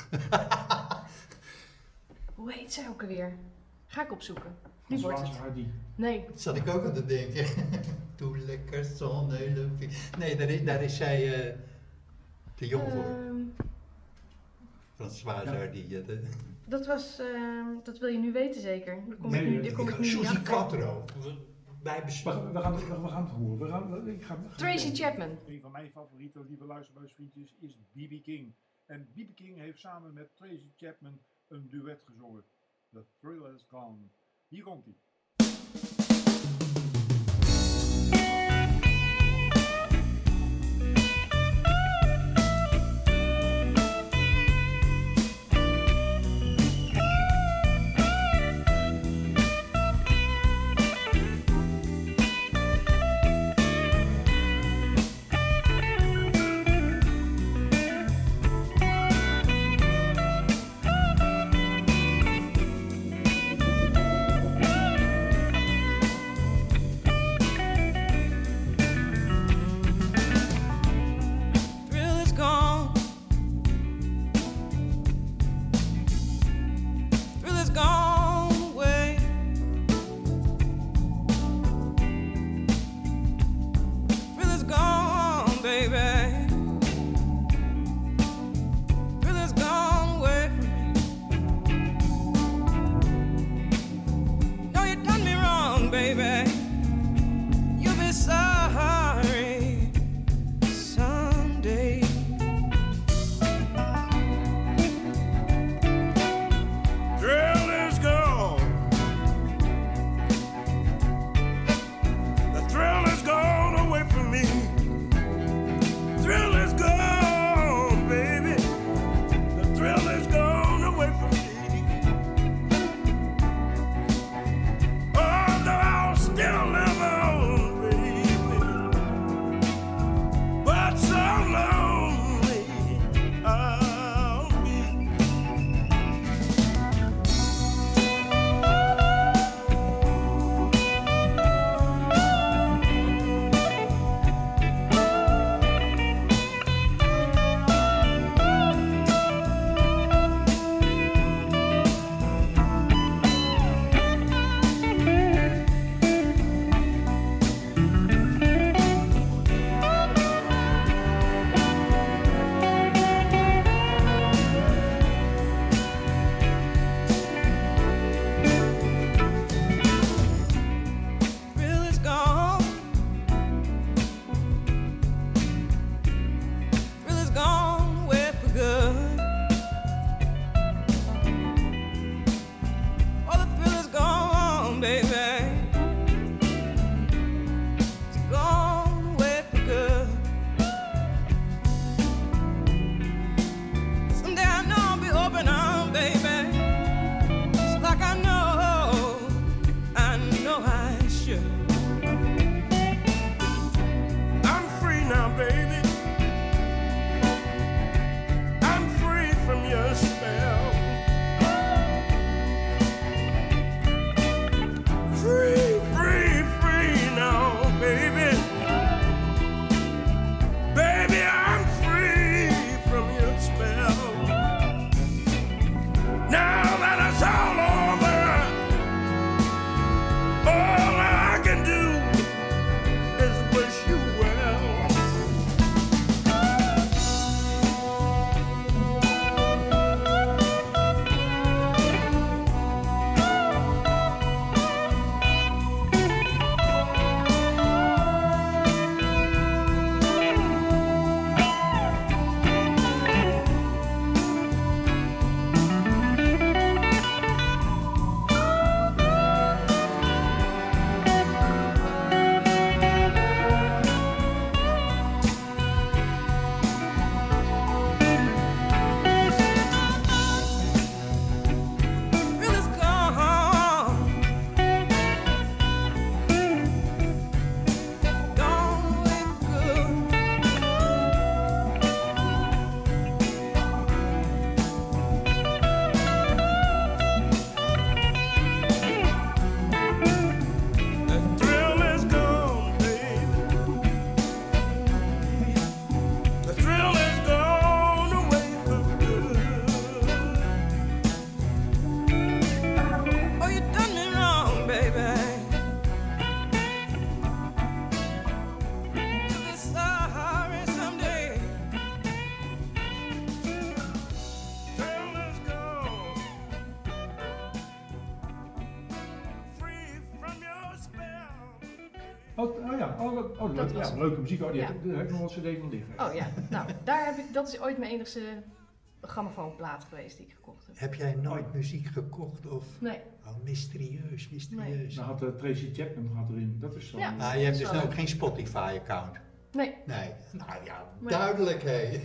Hoe heet zij ook alweer? Ga ik opzoeken. Nu wordt het. Hardy. Nee. Dat zat ik ook aan te denken. Doe lekker zon, hele... Nee, daar is, daar is zij uh, te jong voor. Um, Françoise ja. Hardy. Ja, de... Dat was, uh, dat wil je nu weten zeker. Daar kom Nee, ik nu, nee, daar kom ik nu Suzy niet achter. Quattro. Wij We, gaan- we, gaan, we, we gaan het horen. We gaan, ik ga, ga Tracy Chapman. Een van mijn favoriete lieve luisterbuisvriendjes is B B King. En B B King heeft samen met Tracy Chapman een duet gezongen. The Thrill Is Gone. Hier komt ie. Thank Oh, oh ja, oh, oh, oh, Dat leuk, was ja, het. leuke muziek. Oh, die Ja. heb, daar heb ik nog wel een cd van liggen. Oh ja, nou, daar heb ik, dat is ooit mijn enigste grammofoonplaat geweest die ik gekocht heb. Heb jij nooit muziek gekocht of... Nee. Oh, mysterieus, mysterieus. Dan had uh, Tracy Chapman gaat erin. Dat is zo. Ja. Nou, je hebt dus Zo. nou ook geen Spotify-account. Nee. Nee. Nou ja, Maar- duidelijk hé.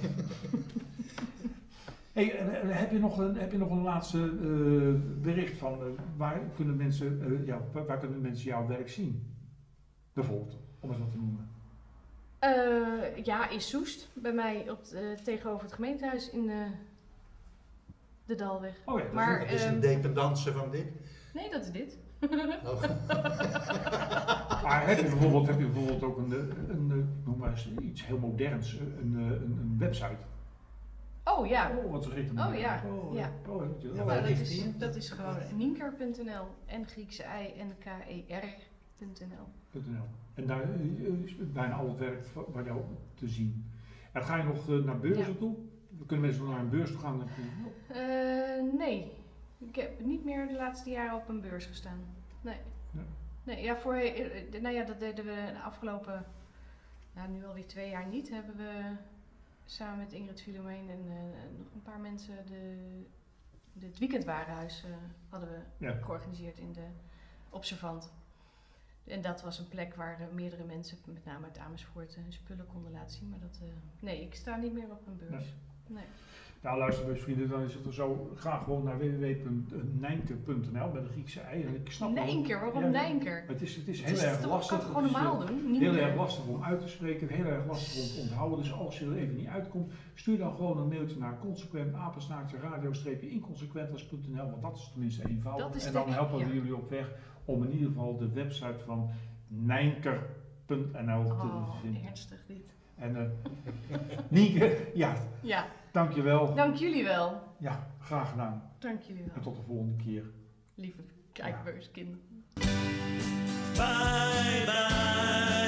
Hey, en, en heb, je nog een, heb je nog een laatste uh, bericht van uh, waar, kunnen mensen, uh, ja, waar, waar kunnen mensen jouw werk zien? Bijvoorbeeld, om het wat te noemen. Uh, ja, in Soest, bij mij op de, tegenover het gemeentehuis in de, de Dalweg. Oh ja, dat Maar- Dat is een Ehm, dependance van dit. Nee, dat is dit. Oh. Maar heb je bijvoorbeeld, heb je bijvoorbeeld ook een, een, een noem maar eens iets heel moderns, een, een, een, een website? Oh ja. Oh, wat zeg ik dan? Oh ja, Oh, ja. Oh, weet je wel. Ja, Nou, waar dat, ligt is, die? dat is gewoon nienker.nl en Griekse I en K E R.nl. .nl. En daar uh, is bijna al het werk van van jou te zien. En ga je nog uh, naar beurzen Ja. toe? Kunnen mensen nog naar een beurs toe gaan? Uh, nee, ik heb niet meer de laatste jaren op een beurs gestaan. Nee. Ja. Nee, ja, voor, eh, nou ja, dat deden we de afgelopen, nou, nu alweer twee jaar niet, hebben we samen met Ingrid Filomeen en uh, nog een paar mensen de, de het weekendwarenhuis uh, hadden we Ja. georganiseerd in de Observant. En dat was een plek waar uh, meerdere mensen, met name uit Amersfoort, uh, spullen konden laten zien. Maar dat, uh, nee, ik sta niet meer op een beurs. Nee. Nou, luister, beste dan is het er zo. Ga gewoon naar w w w punt nijnker punt n l met een Griekse ei. En ik snap wel- Nijnker, waarom Ja, Nijnker? Het is, het is Het heel is erg toch- lastig. kan het gewoon Het is, normaal uh, doen? Heel Nienker. erg lastig om uit te spreken, heel erg lastig om te onthouden. Dus als je er even niet uitkomt, stuur dan gewoon een mailtje naar consequent apenstaartje radio-inconsequentas punt n l, want dat is tenminste eenvoudig. Dat is en de- dan helpen we ja. jullie op weg om in ieder geval de website van nijnker punt n l te Oh, vinden. ernstig dit. En uh, Nienke, ja, Ja, dankjewel. dank jullie wel. Ja, graag gedaan. Dank jullie En wel, tot de volgende keer. lieve kijkbeurskinderen. Bye bye.